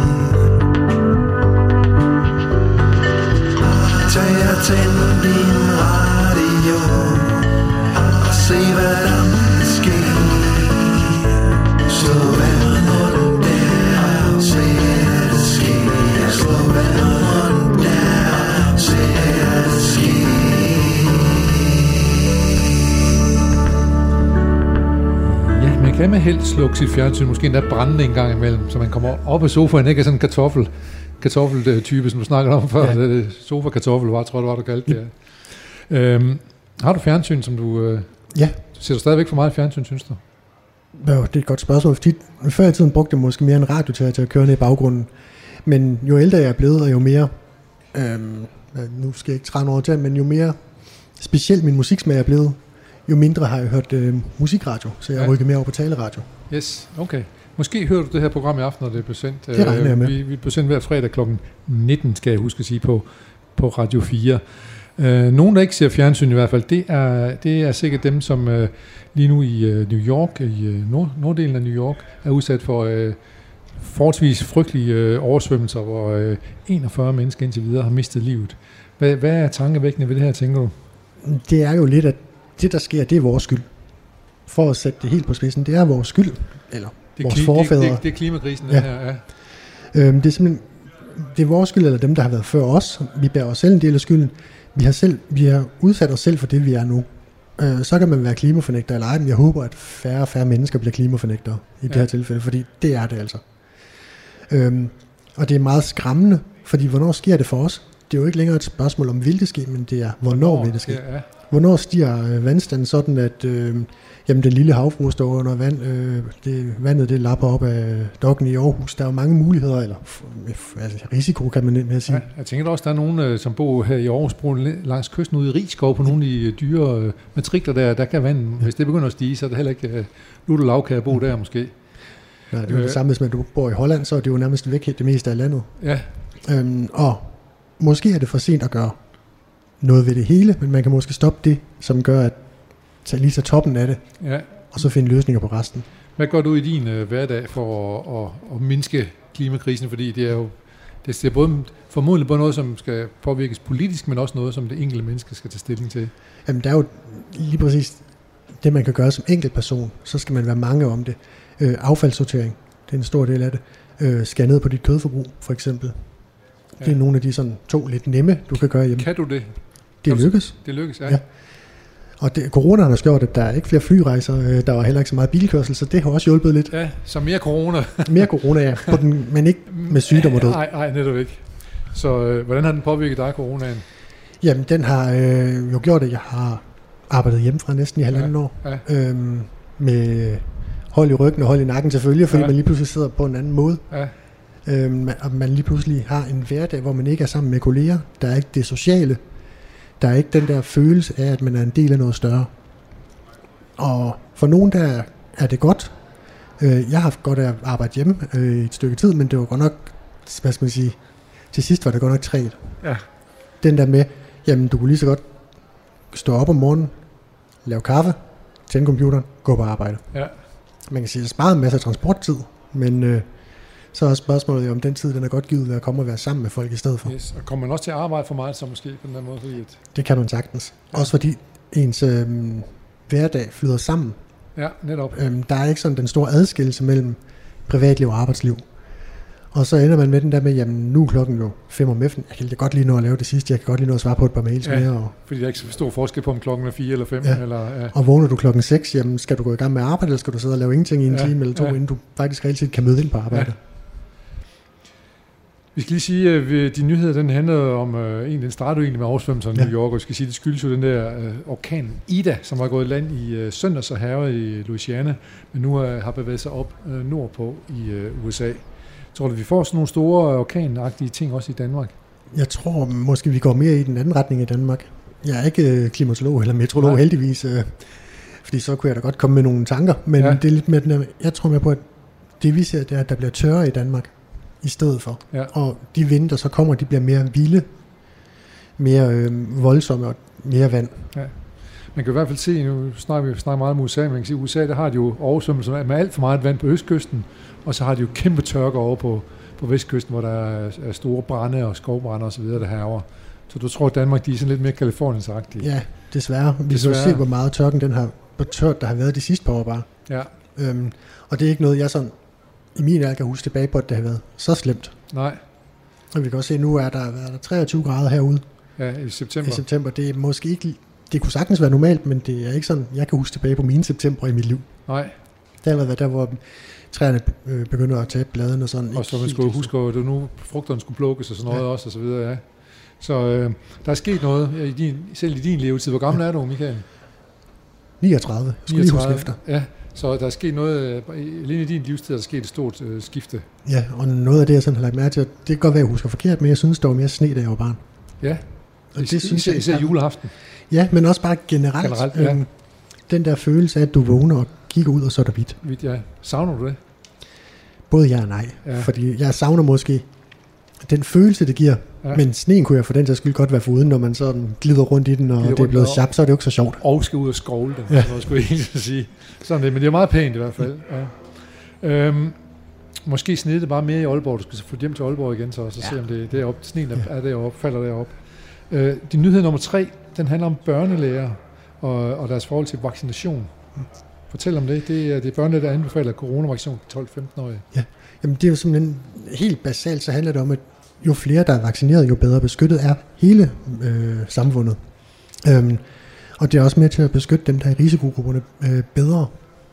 [SPEAKER 3] Tag og tænd din radio og se hvad der sker. Slå vandet rundt der, se det sker. Slå vandet rundt der, se det sker.
[SPEAKER 1] Man kan med held slukke sit fjernsyn, måske endda brænde en gang imellem, så man kommer op af sofaen, ikke er sådan en kartoffel, kartoffeltype, som du snakkede om før, ja. Sofa-kartoffel, var, tror jeg, det var, du kaldte det. Ja. Øhm, har du fjernsyn, som du... Øh,
[SPEAKER 2] ja.
[SPEAKER 1] Ser du stadigvæk for meget fjernsyn, synes du?
[SPEAKER 2] Jo, det er et godt spørgsmål, fordi før i tiden brugte jeg måske mere en radio til, til at køre ned i baggrunden, men jo ældre jeg er blevet, og jo mere Øhm, nu skal jeg ikke træne over til, men jo mere specielt min musiksmag er blevet, jo mindre har jeg hørt øh, musikradio, så jeg
[SPEAKER 1] Ja.
[SPEAKER 2] ja. rykker mere over på taleradio.
[SPEAKER 1] Yes, okay. Måske hører du det her program i aften, når det er blevet sendt.
[SPEAKER 2] Det regner jeg med.
[SPEAKER 1] Vi, vi bliver sendt hver fredag klokken nitten, skal jeg huske at sige, på, på Radio fire. Øh, nogen, der ikke ser fjernsyn i hvert fald, det er, det er sikkert dem, som øh, lige nu i øh, New York, i øh, nord, norddelen af New York, er udsat for øh, forholdsvis frygtelige øh, oversvømmelser, hvor øh, enogfyrre mennesker indtil videre har mistet livet. Hvad, hvad er tankevækkende ved det her, tænker du?
[SPEAKER 2] Det er jo lidt, at det, der sker, det er vores skyld. For at sætte det helt på spidsen, det er vores skyld. Eller
[SPEAKER 1] Det er,
[SPEAKER 2] vores
[SPEAKER 1] kli-
[SPEAKER 2] forfædre.
[SPEAKER 1] det, det, det er klimakrisen,
[SPEAKER 2] Ja.
[SPEAKER 1] den her. Ja.
[SPEAKER 2] Øhm, det er simpelthen, det er vores skyld, eller dem, der har været før os. Vi bærer os selv en del af skylden. Vi har, selv, vi har udsat os selv for det, vi er nu. Øh, så kan man være klimafornægter eller ej, men jeg håber, at færre og færre mennesker bliver klimafornægtere i ja. det her tilfælde, fordi det er det altså. Øhm, og det er meget skræmmende, fordi hvornår sker det for os? Det er jo ikke længere et spørgsmål om, vil det ske, men det er, hvornår vil det ske?
[SPEAKER 1] Ja, ja.
[SPEAKER 2] Hvornår stiger øh, vandstanden sådan, at øh, jamen, den lille havfrue står under vand, øh, det, vandet det lapper op af dokken i Aarhus. Der er jo mange muligheder, eller f- f- altså, risiko kan man nemt sige.
[SPEAKER 1] Ja, jeg tænker også, der er nogen, øh, som bor her i Aarhus, bor langs kysten ude i Rigskov på nogle af de dyre øh, matrikler der, der kan vand, hvis det begynder at stige, så er det heller ikke øh, lutter lavkage at bo der måske.
[SPEAKER 2] Ja, det er jo
[SPEAKER 1] Øh.
[SPEAKER 2] det samme, hvis man du bor i Holland, så er det jo nærmest væk det meste af landet.
[SPEAKER 1] Ja,
[SPEAKER 2] Øhm, og måske er det for sent at gøre noget ved det hele, men man kan måske stoppe det, som gør, at tage lige tage toppen af det,
[SPEAKER 1] ja.
[SPEAKER 2] og så finde løsninger på resten.
[SPEAKER 1] Hvad gør du i din øh, hverdag for at, at, at mindske klimakrisen? Fordi det er jo det er både formodentlig både noget, som skal påvirkes politisk, men også noget, som det enkelte menneske skal tage stilling til.
[SPEAKER 2] Jamen, der er jo lige præcis det, man kan gøre som enkelt person. Så skal man være mange om det. Øh, affaldssortering, det er en stor del af det. Øh, skær ned på dit kødforbrug, for eksempel. Ja. Det er nogle af de sådan to lidt nemme, du kan gøre hjemme.
[SPEAKER 1] Kan du det?
[SPEAKER 2] Det lykkes.
[SPEAKER 1] Det lykkes, ja.
[SPEAKER 2] Ja. Og det, corona har gjort, at der er ikke flere flyrejser, øh, der var heller ikke så meget bilkørsel, så det har også hjulpet lidt.
[SPEAKER 1] Ja, så mere corona.
[SPEAKER 2] Mere corona, ja, på den, men ikke med sygdom og død.
[SPEAKER 1] Nej, nej, netop ikke. Så øh, hvordan har den påvirket dig, coronaen?
[SPEAKER 2] Jamen, den har øh, jo gjort, at jeg har arbejdet hjemmefra næsten i halvanden
[SPEAKER 1] Ja,
[SPEAKER 2] år.
[SPEAKER 1] ja.
[SPEAKER 2] Øhm, med hold i ryggen og hold i nakken selvfølgelig, fordi
[SPEAKER 1] Ja.
[SPEAKER 2] man lige pludselig sidder på en anden måde.
[SPEAKER 1] Ja,
[SPEAKER 2] Øhm, og man lige pludselig har en hverdag, hvor man ikke er sammen med kolleger. Der er ikke det sociale. Der er ikke den der følelse af, at man er en del af noget større. Og for nogen der er det godt. Øh, jeg har haft godt af at arbejde hjemme øh, i et stykke tid, men det var godt nok, hvad skal man sige, til sidst var det godt nok træt.
[SPEAKER 1] ja.
[SPEAKER 2] Den der med, jamen du kunne lige så godt stå op om morgenen, lave kaffe, tænde computeren, gå på arbejde.
[SPEAKER 1] Ja.
[SPEAKER 2] Man kan sige, at det sparer en masse transporttid, men øh, så er spørgsmålet jo, om den tid, den er godt givet ved at komme og være sammen med folk i stedet for.
[SPEAKER 1] Yes. Og kommer man også til at arbejde for meget, så måske på den der måde? Fordi at,
[SPEAKER 2] Det kan man sagtens. Også fordi ens øh, hverdag flyder sammen.
[SPEAKER 1] ja, netop.
[SPEAKER 2] Øhm, der er ikke sådan den store adskillelse mellem privatliv og arbejdsliv. Og så ender man med den der med, jamen nu er klokken jo fem om eftermiddagen. Jeg kan da godt lige nå at lave det sidste. Jeg kan godt lige nå at svare på et par mails
[SPEAKER 1] Ja.
[SPEAKER 2] mere. Og,
[SPEAKER 1] Fordi der er ikke så stor forskel på, om klokken er fire eller fem.
[SPEAKER 2] Ja.
[SPEAKER 1] Eller, ja.
[SPEAKER 2] og vågner du klokken seks, jamen skal du gå i gang med at arbejde, eller skal du sidde og lave ingenting i en
[SPEAKER 1] Ja,
[SPEAKER 2] time eller to,
[SPEAKER 1] ja.
[SPEAKER 2] inden du faktisk reelt set kan møde ind på arbejde?
[SPEAKER 1] Ja. Vi skal lige sige, at de nyheder, den handler om, øh, egentlig, den startede jo egentlig med oversvømmelsen i
[SPEAKER 2] Ja.
[SPEAKER 1] New York, og vi skal sige, det skyldes jo den der øh, orkan Ida, som var gået i land i øh, søndags og hærget i Louisiana, men nu øh, har bevæget sig op øh, nordpå i øh, U S A. Tror du, vi får sådan nogle store orkanagtige ting også i Danmark?
[SPEAKER 2] Jeg tror måske, vi går mere i den anden retning i Danmark. Jeg er ikke øh, klimatolog eller meteorolog
[SPEAKER 1] Nej.
[SPEAKER 2] heldigvis, øh, fordi så kunne jeg da godt komme med nogle tanker, men
[SPEAKER 1] Ja.
[SPEAKER 2] ja. det er lidt mere den der, jeg tror mere på, at det vi ser, det er, at der bliver tørre i Danmark i stedet for.
[SPEAKER 1] Ja.
[SPEAKER 2] Og de vinde, der så kommer, de bliver mere vilde, mere øh, voldsomme og mere vand.
[SPEAKER 1] Man kan i hvert fald se, nu snakker vi snakker meget om U S A, men man kan sige, at U S A der har de jo oversvømmelser med alt for meget vand på østkysten, og så har de jo kæmpe tørker over på, på vestkysten, hvor der er, er store brande og skovbrande osv., der herover. Så du tror, at Danmark de er sådan lidt mere Kaliforniensagtige?
[SPEAKER 2] Ja, desværre. Vi
[SPEAKER 1] Desværre.
[SPEAKER 2] kan jo se, hvor meget tørken den har, hvor tørt der har været de sidste par år bare.
[SPEAKER 1] Ja,
[SPEAKER 2] Øhm, og det er ikke noget, jeg sådan i min alder kan huske tilbage på, at det har været så slemt.
[SPEAKER 1] nej,
[SPEAKER 2] Og vi kan også se, at nu er der, er der treogtyve grader herude
[SPEAKER 1] ja, i september.
[SPEAKER 2] i september. Det er måske ikke, det kunne sagtens være normalt, men det er ikke sådan, jeg kan huske tilbage på mine september i mit liv.
[SPEAKER 1] Nej,
[SPEAKER 2] Det har været der, hvor træerne øh, begynder at tabe bladene og sådan.
[SPEAKER 1] og så
[SPEAKER 2] Ikke
[SPEAKER 1] man
[SPEAKER 2] helt
[SPEAKER 1] skulle
[SPEAKER 2] så-
[SPEAKER 1] huske, at det nu frugterne skulle plukkes og sådan noget
[SPEAKER 2] Ja.
[SPEAKER 1] også, og så videre, ja. Så øh, der er sket noget, ja, i din, selv i din levetid. Hvor gammel er du, Michael?
[SPEAKER 2] niogtredive, jeg skulle lige huske efter.
[SPEAKER 1] Ja, Så der er sket noget, alene i din livstid er der sket et stort øh, skifte.
[SPEAKER 2] Ja, og noget af det, jeg sådan har lagt mærke til, det kan godt være, at jeg husker forkert, men jeg synes, der var mere sne, da jeg var barn.
[SPEAKER 1] Ja,
[SPEAKER 2] og
[SPEAKER 1] det synes jeg især juleaften.
[SPEAKER 2] Ja, men også bare generelt.
[SPEAKER 1] generelt ja.
[SPEAKER 2] øhm, den der følelse af, at du vågner og kigger ud, og så er der hvidt.
[SPEAKER 1] Hvidt, ja. Savner du det?
[SPEAKER 2] Både ja og nej. Ja. Fordi jeg savner måske den følelse, det giver. Ja. Men sneen kunne jeg for den sags skyld godt være foruden, når man sådan glider rundt i den, og det er blevet sharp, så er det jo ikke så sjovt.
[SPEAKER 1] Og skal ud og skovle den, ja. Skulle jeg egentlig sige. Sådan det, men det er meget pænt i hvert fald. Ja. Øhm, måske snede det bare mere i Aalborg. Du skal få hjem til Aalborg igen, så, og så ja. se om det, det er op. Sneen er, er deroppe, falder deroppe. Øh, din nyhed nummer tre, den handler om børnelæger og, og deres forhold til vaccination. Fortæl om det. Det er, det er børnelæger, der anbefaler coronavaccination til tolv femten-årige.
[SPEAKER 2] Ja, jamen det er jo simpelthen helt basalt, så handler det om, at jo flere, der er vaccineret, jo bedre beskyttet er hele øh, samfundet. Øhm, og det er også med til at beskytte dem, der er i risikogrupperne øh, bedre.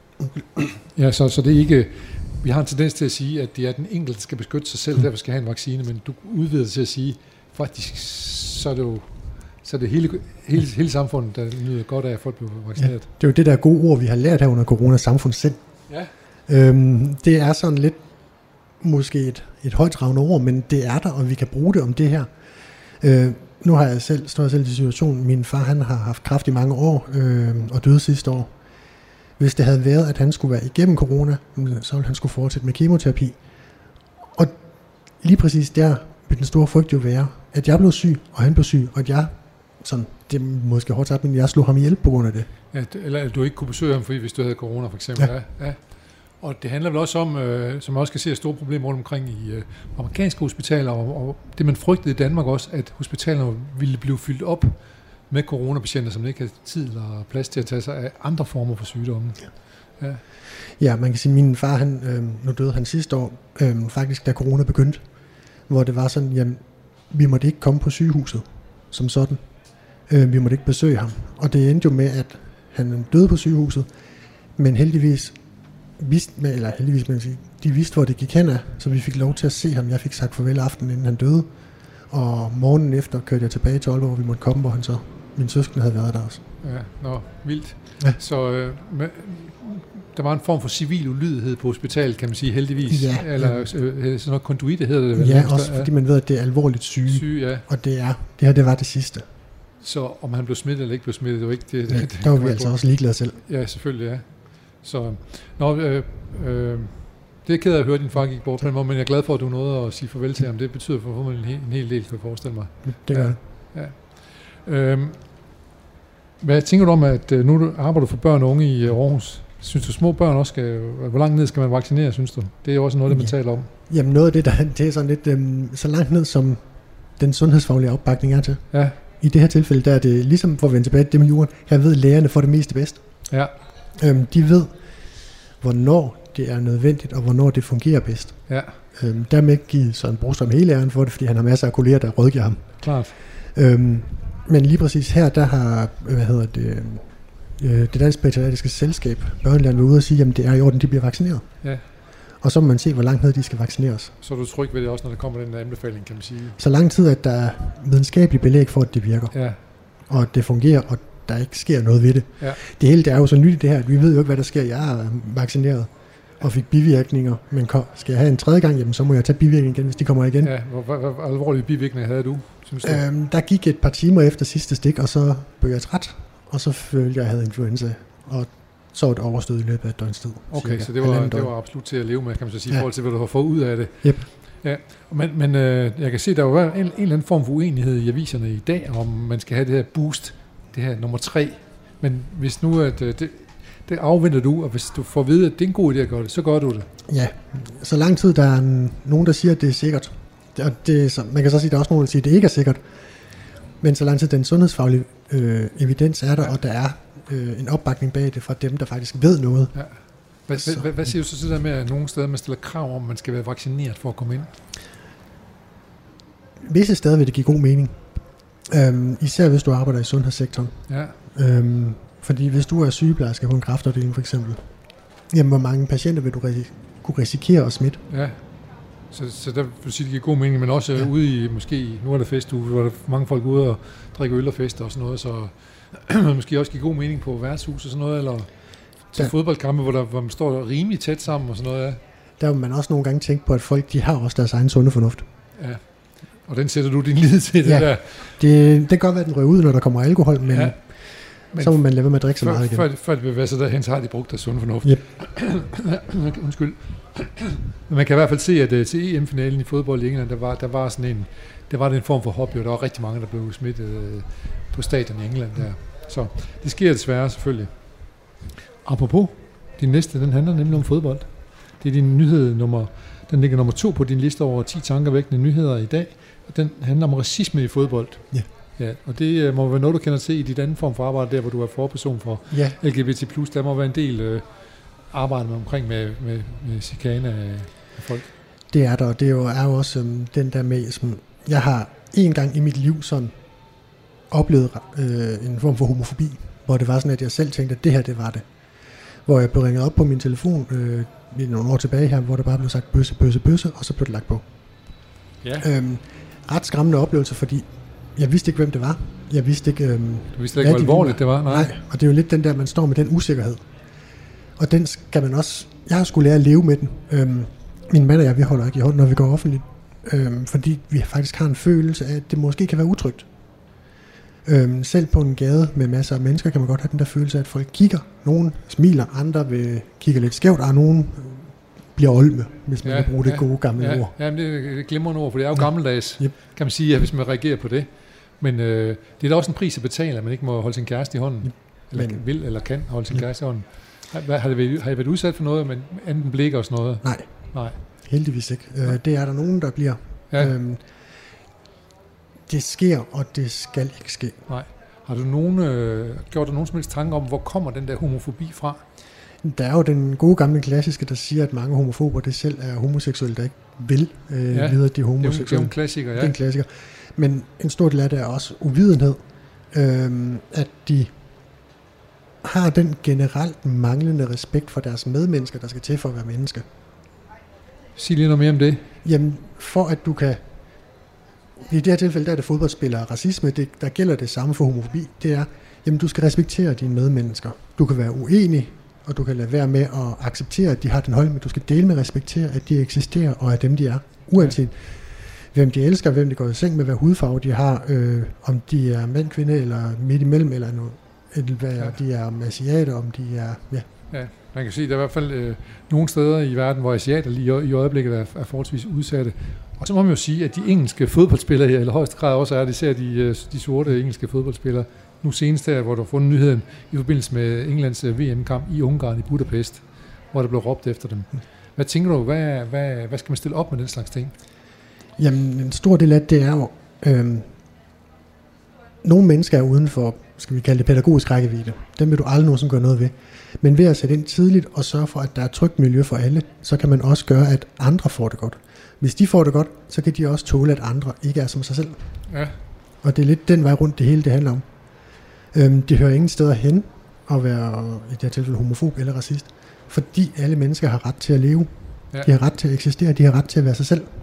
[SPEAKER 1] Ja, så, så det er ikke... Vi har en tendens til at sige, at det er den enkelte, der skal beskytte sig selv, mm. derfor skal have en vaccine, men du udvider til at sige, faktisk så er det jo så er det hele, hele, hele samfundet, der nyder godt af, at folk bliver vaccineret. Ja,
[SPEAKER 2] det er jo det der gode ord, vi har lært her under corona, samfundssind.
[SPEAKER 1] Ja.
[SPEAKER 2] Øhm, det er sådan lidt måske et, et højtravende ord, men det er der, og vi kan bruge det om det her. Øh, nu har jeg selv, står jeg selv i situationen, min far han har haft kræft i mange år, øh, og døde sidste år. Hvis det havde været, at han skulle være igennem corona, så ville han skulle fortsætte med kemoterapi. Og lige præcis der vil den store frygt jo være, at jeg blev syg, og han blev syg, og at jeg, sådan, det er måske hårdt sagt, men jeg slog ham ihjel på grund af det.
[SPEAKER 1] Ja, eller at du ikke kunne besøge ham, fordi hvis du havde corona for eksempel.
[SPEAKER 2] Ja.
[SPEAKER 1] Ja. Ja. Og det handler vel også om, øh, som man også kan se, store problemer rundt omkring i øh, amerikanske hospitaler, og, og det man frygtede i Danmark også, at hospitalerne ville blive fyldt op med coronapatienter, som ikke havde tid eller plads til at tage sig af andre former for sygdomme. Ja,
[SPEAKER 2] ja. Ja, man kan sige, at min far, han, øh, nu døde han sidste år, øh, faktisk da corona begyndte, hvor det var sådan, jamen, vi måtte ikke komme på sygehuset som sådan. Øh, vi måtte ikke besøge ham. Og det endte jo med, at han døde på sygehuset, men heldigvis vidste, eller heldigvis man kan sige, de vidste, hvor det gik hen af, så vi fik lov til at se ham. Jeg fik sagt farvel aftenen, inden han døde, og morgenen efter kørte jeg tilbage til Aalborg, hvor vi måtte komme, hvor han så, min søskende havde været der også.
[SPEAKER 1] Ja, nå, vildt.
[SPEAKER 2] Ja.
[SPEAKER 1] Så øh, med, der var en form for civil ulydighed på hospitalet, kan man sige, heldigvis.
[SPEAKER 2] Ja,
[SPEAKER 1] eller øh, sådan noget konduite hedder det vel.
[SPEAKER 2] Ja, også fordi man ved, at det er alvorligt syge.
[SPEAKER 1] Syge, ja.
[SPEAKER 2] Og det er, det her, det var det sidste.
[SPEAKER 1] Så om han blev smittet eller ikke blev smittet, det var ikke det.
[SPEAKER 2] Ja,
[SPEAKER 1] det, det
[SPEAKER 2] der var vi altså også ligeglade selv.
[SPEAKER 1] Ja, selvfølgelig, ja. Så, nå, øh, øh, det er ked af at høre, at din far gik bort på den måde, men jeg er glad for, at du nåede at sige farvel til ham. Det betyder for mig en, en hel del, kan jeg forestille mig.
[SPEAKER 2] Det gør
[SPEAKER 1] ja. Ja. Øhm, hvad tænker du om, at nu du arbejder for børn og unge i Aarhus? Synes du, små børn også skal... Hvor langt ned skal man vaccinere, synes du? Det er jo også noget, det man ja. taler om.
[SPEAKER 2] Jamen noget af det, der, det er sådan lidt øhm, så langt ned, som den sundhedsfaglige opbakning er til.
[SPEAKER 1] Ja.
[SPEAKER 2] I det her tilfælde, der er det ligesom for at vende tilbage til det med jorden. Her ved lærerne for det meste bedst.
[SPEAKER 1] Ja.
[SPEAKER 2] Øhm, de ved, hvornår det er nødvendigt, og hvornår det fungerer bedst.
[SPEAKER 1] Ja.
[SPEAKER 2] Øhm, dermed ikke give Søren Brostrøm hele æren for det, fordi han har masser af kolleger, der rådgiver ham.
[SPEAKER 1] Klart.
[SPEAKER 2] Øhm, men lige præcis her, der har, hvad hedder det, øh, det danske pædiatriske selskab, børnelægerne, var ude og sige, at det er i orden, de bliver vaccineret.
[SPEAKER 1] Ja.
[SPEAKER 2] Og så må man se, hvor lang tid de skal vaccineres.
[SPEAKER 1] Så er du tryg ved det også, når der kommer den anbefaling, kan man sige?
[SPEAKER 2] Så lang tid, at der er videnskabeligt belæg for, at det virker.
[SPEAKER 1] Ja.
[SPEAKER 2] Og at det fungerer, og der ikke sker noget ved det.
[SPEAKER 1] Ja.
[SPEAKER 2] Det hele, det er jo så nyt det her, at vi ved jo ikke, hvad der sker. Jeg er vaccineret og fik bivirkninger, men skal jeg have en tredje gang, jamen, så må jeg tage bivirkninger igen, hvis de kommer igen.
[SPEAKER 1] Ja, hvor, hvor, hvor alvorlige bivirkninger havde du, synes du?
[SPEAKER 2] Øhm, der gik et par timer efter sidste stik, og så blev jeg træt, og så følte jeg, at jeg havde influenza, og så var det overstået i løbet af et døgns tid.
[SPEAKER 1] Okay,
[SPEAKER 2] cirka.
[SPEAKER 1] Så det var, det var absolut til at leve med, kan man så sige, i
[SPEAKER 2] ja.
[SPEAKER 1] forhold til, hvad du har fået ud af det.
[SPEAKER 2] Yep.
[SPEAKER 1] Ja, men, men øh, jeg kan se, der var en, en eller anden form for uenighed i aviserne i dag, om man skal have det her boost, det her nummer tre. Men hvis nu, at det, det afventer du, og hvis du får at vide, at det er en god idé at gøre det, så gør du det.
[SPEAKER 2] Ja, så lang tid der er en, nogen, der siger, at det er sikkert. Og det, så, man kan så sige, at der er også nogen, der siger, at det ikke er sikkert. Men så lang tid den sundhedsfaglige øh, evidens er der, ja. og der er øh, en opbakning bag det fra dem, der faktisk ved noget. Ja.
[SPEAKER 1] Hvad, hvad, hvad siger du så til det med, at nogle steder man stiller krav om, at man skal være vaccineret for at komme ind?
[SPEAKER 2] Visse steder vil det give god mening. Øhm, især hvis du arbejder i sundhedssektoren.
[SPEAKER 1] Ja.
[SPEAKER 2] Øhm, fordi hvis du er sygeplejerske på en kræftafdeling for eksempel, jamen hvor mange patienter vil du ris- kunne risikere at smitte?
[SPEAKER 1] Ja. Så, så der vil sige, det giver god mening, men også ja. ude i, måske, nu er der festuge, hvor der er mange folk ude og drikke øl og fester og sådan noget, så måske også give god mening på værtshus og sådan noget, eller? til
[SPEAKER 2] der,
[SPEAKER 1] fodboldkampe, hvor, der, hvor man står rimelig tæt sammen og sådan noget, ja.
[SPEAKER 2] Der vil man også nogle gange tænke på, at folk, de har også deres egen sunde fornuft.
[SPEAKER 1] Ja, og den sætter du din lid til, det
[SPEAKER 2] ja,
[SPEAKER 1] der.
[SPEAKER 2] Det, det kan godt være, at den rører ud, når der kommer alkohol, men, ja, men så må man lade være med at drikke så
[SPEAKER 1] før,
[SPEAKER 2] meget igen.
[SPEAKER 1] Før, før det bevæger sig derhen, så har de brugt deres sunde fornuft.
[SPEAKER 2] Yep.
[SPEAKER 1] Undskyld. Men man kan i hvert fald se, at uh, til E M-finalen i fodbold i England, der var, der var sådan en, der var det en form for hobby, og der var rigtig mange, der blev smittet uh, på stadion i England der. Så det sker desværre selvfølgelig. Apropos, din næste, den handler nemlig om fodbold. Det er din nyhed nummer, den ligger nummer to på din liste over ti tankevækkende nyheder i dag, og den handler om racisme i fodbold.
[SPEAKER 2] Ja.
[SPEAKER 1] Ja, og det uh, må være noget, du kender til i dit anden form for arbejde, der hvor du er forperson for
[SPEAKER 2] ja.
[SPEAKER 1] L G B T plus. Der må være en del uh, arbejde med omkring med, med, med chikane af, af folk.
[SPEAKER 2] Det er der, og det er jo, er jo også um, den der med, som jeg har en gang i mit liv sådan oplevet øh, en form for homofobi, hvor det var sådan, at jeg selv tænkte, at det her, det var det. Hvor jeg blev ringet op på min telefon øh, nogle år tilbage her, hvor der bare blev sagt bøsse, bøsse, bøsse, og så blev det lagt på.
[SPEAKER 1] Ja.
[SPEAKER 2] Øhm, ret skræmmende oplevelse, fordi jeg vidste ikke, hvem det var. Jeg vidste ikke, øhm,
[SPEAKER 1] du vidste ikke, hvor alvorligt det var? Nej.
[SPEAKER 2] Nej, og det er jo lidt den der, man står med den usikkerhed. Og den skal man også, jeg har skulle lære at leve med den. Øhm, min mand og jeg, vi holder ikke i hånden, når vi går offentligt. Øhm, fordi vi faktisk har en følelse af, at det måske kan være utrygt. Øhm, selv på en gade med masser af mennesker, kan man godt have den der følelse af, at folk kigger. Nogen smiler, andre vil kigge lidt skævt, og nogen bliver olme, hvis man ja, vil bruge det
[SPEAKER 1] ja,
[SPEAKER 2] gode gamle
[SPEAKER 1] ja,
[SPEAKER 2] ord.
[SPEAKER 1] Ja, det er glimrende ord, for det er jo
[SPEAKER 2] ja.
[SPEAKER 1] gammeldags, yep. kan man sige, at hvis man reagerer på det. Men øh, det er da også en pris at betale, at man ikke må holde sin kæreste i hånden. Yep. Eller Men, vil eller kan holde sin yep. kæreste i hånden. Har, har, det, har I været udsat for noget, men enten blik og sådan noget?
[SPEAKER 2] Nej,
[SPEAKER 1] Nej.
[SPEAKER 2] heldigvis ikke. Øh, det er der nogen, der bliver.
[SPEAKER 1] Ja.
[SPEAKER 2] Øhm, det sker, og det skal ikke ske.
[SPEAKER 1] Nej. Har du nogen, øh, gjort dig nogen som helst tanke om, hvor kommer den der homofobi fra?
[SPEAKER 2] Der er jo den gode gamle klassiske, der siger, at mange homofober det selv er homoseksuelle, der ikke vil øh,
[SPEAKER 1] ja,
[SPEAKER 2] videre de homoseksuelle.
[SPEAKER 1] Det er jo en klassiker, ja.
[SPEAKER 2] Det er en klassiker. Men en stor del af det er også uvidenhed. Øh, at de har den generelt manglende respekt for deres medmennesker, der skal til for at være menneske.
[SPEAKER 1] Sig lige noget mere om det.
[SPEAKER 2] Jamen, for at du kan... I det her tilfælde, der er det fodboldspillere og racisme, det, der gælder det samme for homofobi. Det er, jamen du skal respektere dine medmennesker. Du kan være uenig, og du kan lade være med at acceptere, at de har den holdning, men du skal dele med at respektere, at de eksisterer, og at dem de er. Uanset hvem de elsker, hvem de går i seng med, hvad hudfarve de har, øh, om de er mand, kvinde, eller midt imellem, eller noget, eller hvad ja. de er om asiater, om de er... Ja.
[SPEAKER 1] Ja, man kan sige, at der er i hvert fald øh, nogle steder i verden, hvor asiater lige i øjeblikket er, er forholdsvis udsatte. Og så må man jo sige, at de engelske fodboldspillere her, eller højeste grad også er, det ser de, de sorte engelske fodboldspillere, nu senest her, hvor du har fundet nyheden i forbindelse med Englands V M-kamp i Ungarn i Budapest, hvor der blev råbt efter dem. Hvad tænker du, hvad, hvad, hvad skal man stille op med den slags ting?
[SPEAKER 2] Jamen, en stor del af det er jo, øh, nogle mennesker er uden for, skal vi kalde det pædagogisk rækkevidde. Dem vil du aldrig nogensinde gøre noget ved. Men ved at sætte ind tidligt og sørge for, at der er et trygt miljø for alle, så kan man også gøre, at andre får det godt. Hvis de får det godt, så kan de også tåle, at andre ikke er som sig selv.
[SPEAKER 1] Ja.
[SPEAKER 2] Og det er lidt den vej rundt, det hele det handler om. Øhm, det hører ingen steder hen at være, i det her tilfælde, homofob eller racist. Fordi alle mennesker har ret til at leve. Ja. De har ret til at eksistere, de har ret til at være sig selv.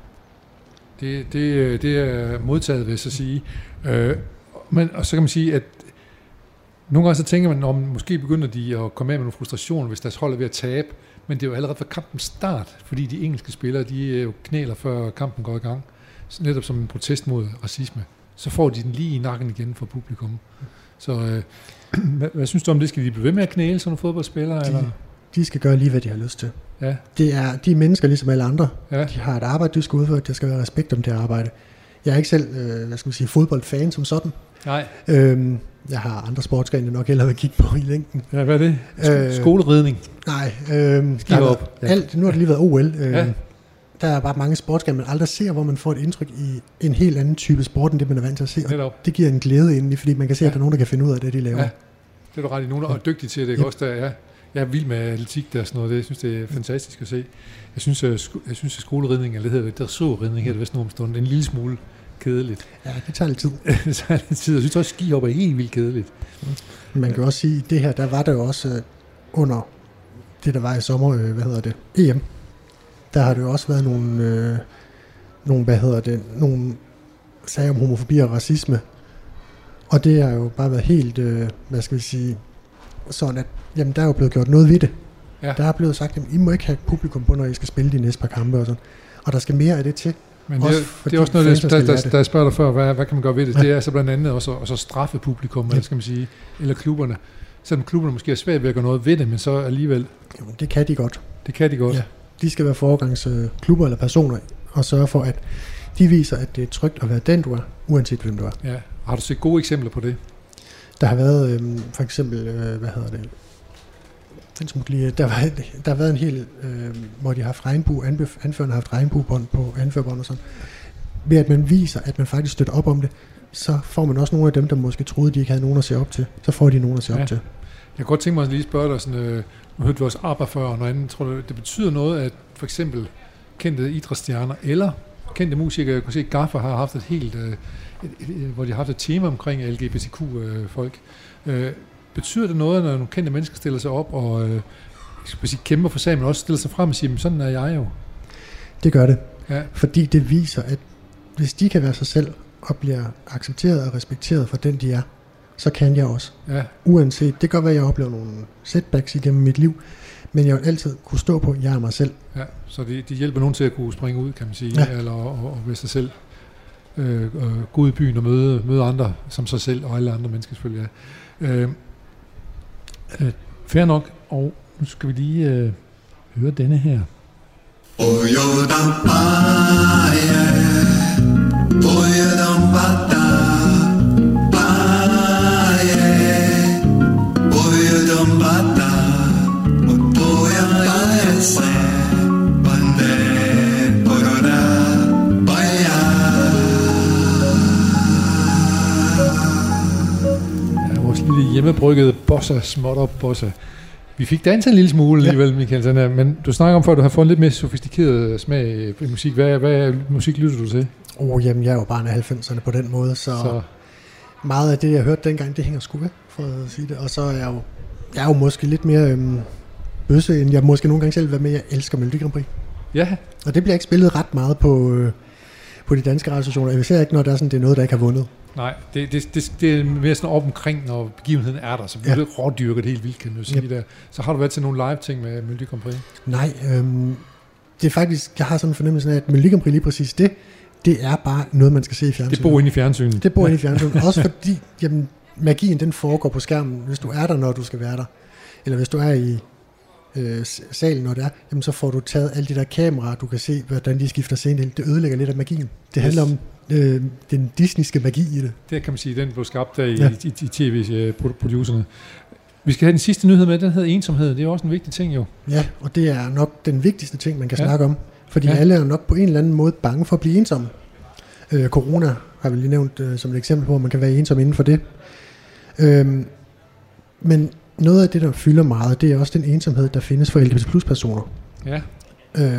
[SPEAKER 1] Det, det, det er modtaget, vil jeg så sige. Øh, men, og så kan man sige, at nogle gange så tænker man, om måske begynder de at komme af med nogle frustrationer, hvis deres hold er ved at tabe. Men det er jo allerede fra kampens start, fordi de engelske spillere, de er jo knæler før kampen går i gang. Så netop som en protest mod racisme. Så får de den lige i nakken igen for publikum. Så øh, hvad, hvad synes du om det? Skal de blive ved med at knæle sådan nogle fodboldspillere?
[SPEAKER 2] De,
[SPEAKER 1] eller?
[SPEAKER 2] de skal gøre lige, hvad de har lyst til.
[SPEAKER 1] Ja.
[SPEAKER 2] Det er, de er mennesker ligesom alle andre.
[SPEAKER 1] Ja.
[SPEAKER 2] De har et arbejde, de skal udføre, der skal være respekt om det arbejde. Jeg er ikke selv, øh, hvad skal man sige, fodboldfan som sådan.
[SPEAKER 1] Nej.
[SPEAKER 2] Øhm, jeg har andre sportsgrene nok hellere vil kigge på i længden.
[SPEAKER 1] Ja, hvad er det? Sk- øh, skoleridning?
[SPEAKER 2] Nej. Øh,
[SPEAKER 1] Skihop?
[SPEAKER 2] Ja. Alt, nu har det lige været O L. Øh, ja. Der er bare mange sportsgrene, man aldrig ser, hvor man får et indtryk i en helt anden type sport, end det man er vant til at se. Og det giver en glæde indeni, fordi man kan se, ja. at der er nogen, der kan finde ud af det, de laver.
[SPEAKER 1] Ja. Det er du ret i. Nogen, der er dygtige til det. Ja. Også der, ja. Jeg er vild med atletik der og sådan noget. Det, jeg synes, det er fantastisk at se. Jeg synes, jeg, jeg synes at skoleridning, eller det hedder det, dressurridning, hedder det vist nu om stunden, en lille smule kedeligt.
[SPEAKER 2] Ja, det tager lidt tid.
[SPEAKER 1] det tager lidt tid. Jeg synes også, at skihop er helt vildt kedeligt.
[SPEAKER 2] Man kan også sige, at det her, der var der jo også uh, under det, der var i sommer, uh, hvad hedder det, E M. Der har det jo også været nogle, uh, nogle hvad hedder det, nogle sager om homofobi og racisme. Og det har jo bare været helt, uh, hvad skal vi sige, sådan at jamen der er jo blevet gjort noget ved det.
[SPEAKER 1] Ja.
[SPEAKER 2] Der er blevet sagt, at I må ikke have publikum på, når I skal spille de næste par kampe og sådan. Og der skal mere af det til.
[SPEAKER 1] Men det, er, det er også noget, der, der, der, der jeg spørger dig før, hvad, hvad kan man gøre ved det? Ja. Det er så blandt andet også at så straffe publikum, ja. Eller skal man sige, eller klubberne. Selvom klubberne måske er svært ved at gøre noget ved det, men så alligevel...
[SPEAKER 2] Jamen, det kan de godt.
[SPEAKER 1] Det kan de godt.
[SPEAKER 2] Ja. De skal være foregangsklubber eller personer, og sørge for, at de viser, at det er trygt at være den, du er, uanset hvem du er.
[SPEAKER 1] Ja. Har du set gode eksempler på det?
[SPEAKER 2] Der har været øhm, for eksempel, øh, hvad hedder det, lige, der, var, der har været en hel, øh, hvor de har haft regnbue, anførerne har haft regnbuebånd på anførbånd og sådan. Ved at man viser, at man faktisk støtter op om det, så får man også nogle af dem, der måske troede, de ikke havde nogen at se op til. Så får de nogen at se ja. op til.
[SPEAKER 1] Jeg kan godt tænke mig at lige spørge dig, sådan, øh, nu hørte vi også ABBA før og noget andet. Tror du, det betyder noget, at for eksempel kendte idrætsstjerner eller kendte musikere, jeg kunne se, at Gaffa har haft et helt, øh, et, et, et, hvor de har haft et tema omkring L G B T Q-folk. Øh, betyder det noget, når nogle kendte mennesker stiller sig op og øh, skal sige, kæmper for sagen, men også stiller sig frem og siger, sådan er jeg jo?
[SPEAKER 2] Det gør det.
[SPEAKER 1] Ja.
[SPEAKER 2] Fordi det viser, at hvis de kan være sig selv og bliver accepteret og respekteret for den, de er, så kan jeg også.
[SPEAKER 1] Ja. Uanset,
[SPEAKER 2] det kan godt være, at jeg oplever nogle setbacks igennem mit liv, men jeg vil altid kunne stå på, at jeg er mig selv.
[SPEAKER 1] Ja, så de, de hjælper nogen til at kunne springe ud, kan man sige,
[SPEAKER 2] ja.
[SPEAKER 1] eller og, og være sig selv. Øh, øh, gå ud i byen og møde, møde andre som sig selv, og alle andre mennesker selvfølgelig. Ja. Øh, øh, fair nok, og nu skal vi lige øh, høre denne her. Hjemmebrygget bossa, småtter bossa. Vi fik danset en lille smule alligevel, ja. Michael, sådan her, men du snakker om før, at du har fået en lidt mere sofistikeret smag i musik. Hvad, hvad musik lytter du til?
[SPEAKER 2] Åh, oh, jamen jeg er jo bare en halvfemserne på den måde, så, så meget af det, jeg hørte dengang, det hænger sgu ved, for at sige det. Og så er jeg jo, jeg er jo måske lidt mere øhm, bøsse, end jeg måske nogle gange selv vil være med. Jeg elsker Melodi Grand Prix.
[SPEAKER 1] Ja.
[SPEAKER 2] Og det bliver ikke spillet ret meget på, øh, på de danske radiostationer. Jeg ser ikke, når der er sådan, det er noget, der ikke har vundet.
[SPEAKER 1] Nej, det, det, det, det er mere sådan op omkring, når begivenheden er der, så bliver det ja. rådyrket helt vildt, kan du sige. Yep. Der. Så har du været til nogle live-ting med Melodi Grand Prix?
[SPEAKER 2] Nej, øhm, det er faktisk, jeg har sådan en fornemmelse af, at Melodi Grand Prix lige præcis det, det er bare noget, man skal se i fjernsynet.
[SPEAKER 1] Det bor inde i fjernsynet.
[SPEAKER 2] Det bor inde i fjernsynet, også fordi jamen, magien den foregår på skærmen, hvis du er der, når du skal være der. Eller hvis du er i øh, salen, når det er, jamen, så får du taget alle de der kameraer, du kan se, hvordan de skifter scene. Det ødelægger lidt af magien. Det handler yes. om øh, den disneyske magi i det.
[SPEAKER 1] Det kan man sige, den blev skabt der i, ja. i, i, i tv-producerne. Vi skal have den sidste nyhed med, den hedder ensomhed. Det er jo også en vigtig ting jo.
[SPEAKER 2] Ja, og det er nok den vigtigste ting, man kan ja. snakke om. Fordi
[SPEAKER 1] ja.
[SPEAKER 2] alle er nok på en eller anden måde bange for at blive ensomme. Øh, corona har vi lige nævnt øh, som et eksempel på, at man kan være ensom inden for det. Øh, men noget af det, der fylder meget, det er også den ensomhed, der findes for L G B T plus personer.
[SPEAKER 1] Ja.
[SPEAKER 2] Øh,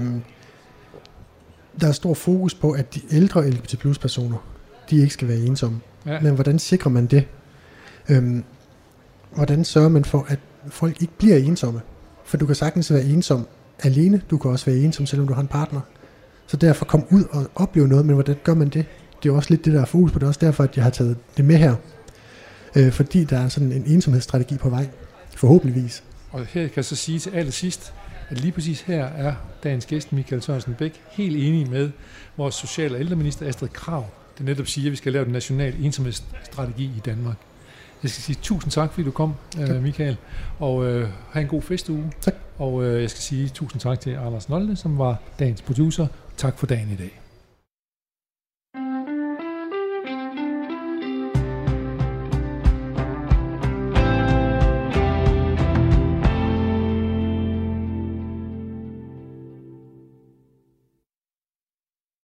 [SPEAKER 2] der er stor fokus på, at de ældre L G B T plus personer, de ikke skal være ensomme. Ja. Men hvordan sikrer man det? Øh, hvordan sørger man for, at folk ikke bliver ensomme? For du kan sagtens være ensom alene, du kan også være ensom, selvom du har en partner. Så derfor kom ud og opleve noget, men hvordan gør man det? Det er også lidt det, der er fokus på. Det er også derfor, at jeg har taget det med her. Øh, fordi der er sådan en ensomhedsstrategi på vej. Forhåbentligvis.
[SPEAKER 1] Og her kan jeg så sige til allersidst, at lige præcis her er dagens gæst, Michael Sørensen Bech, helt enig med vores social- og ældreminister Astrid Krag, der netop siger, at vi skal lave den nationale ensomhedsstrategi i Danmark. Jeg skal sige tusind tak, fordi du kom, tak. Michael, og øh, have en god festuge.
[SPEAKER 2] Tak.
[SPEAKER 1] Og øh, jeg skal sige tusind tak til Anders Nolde, som var dagens producer. Tak for dagen i dag.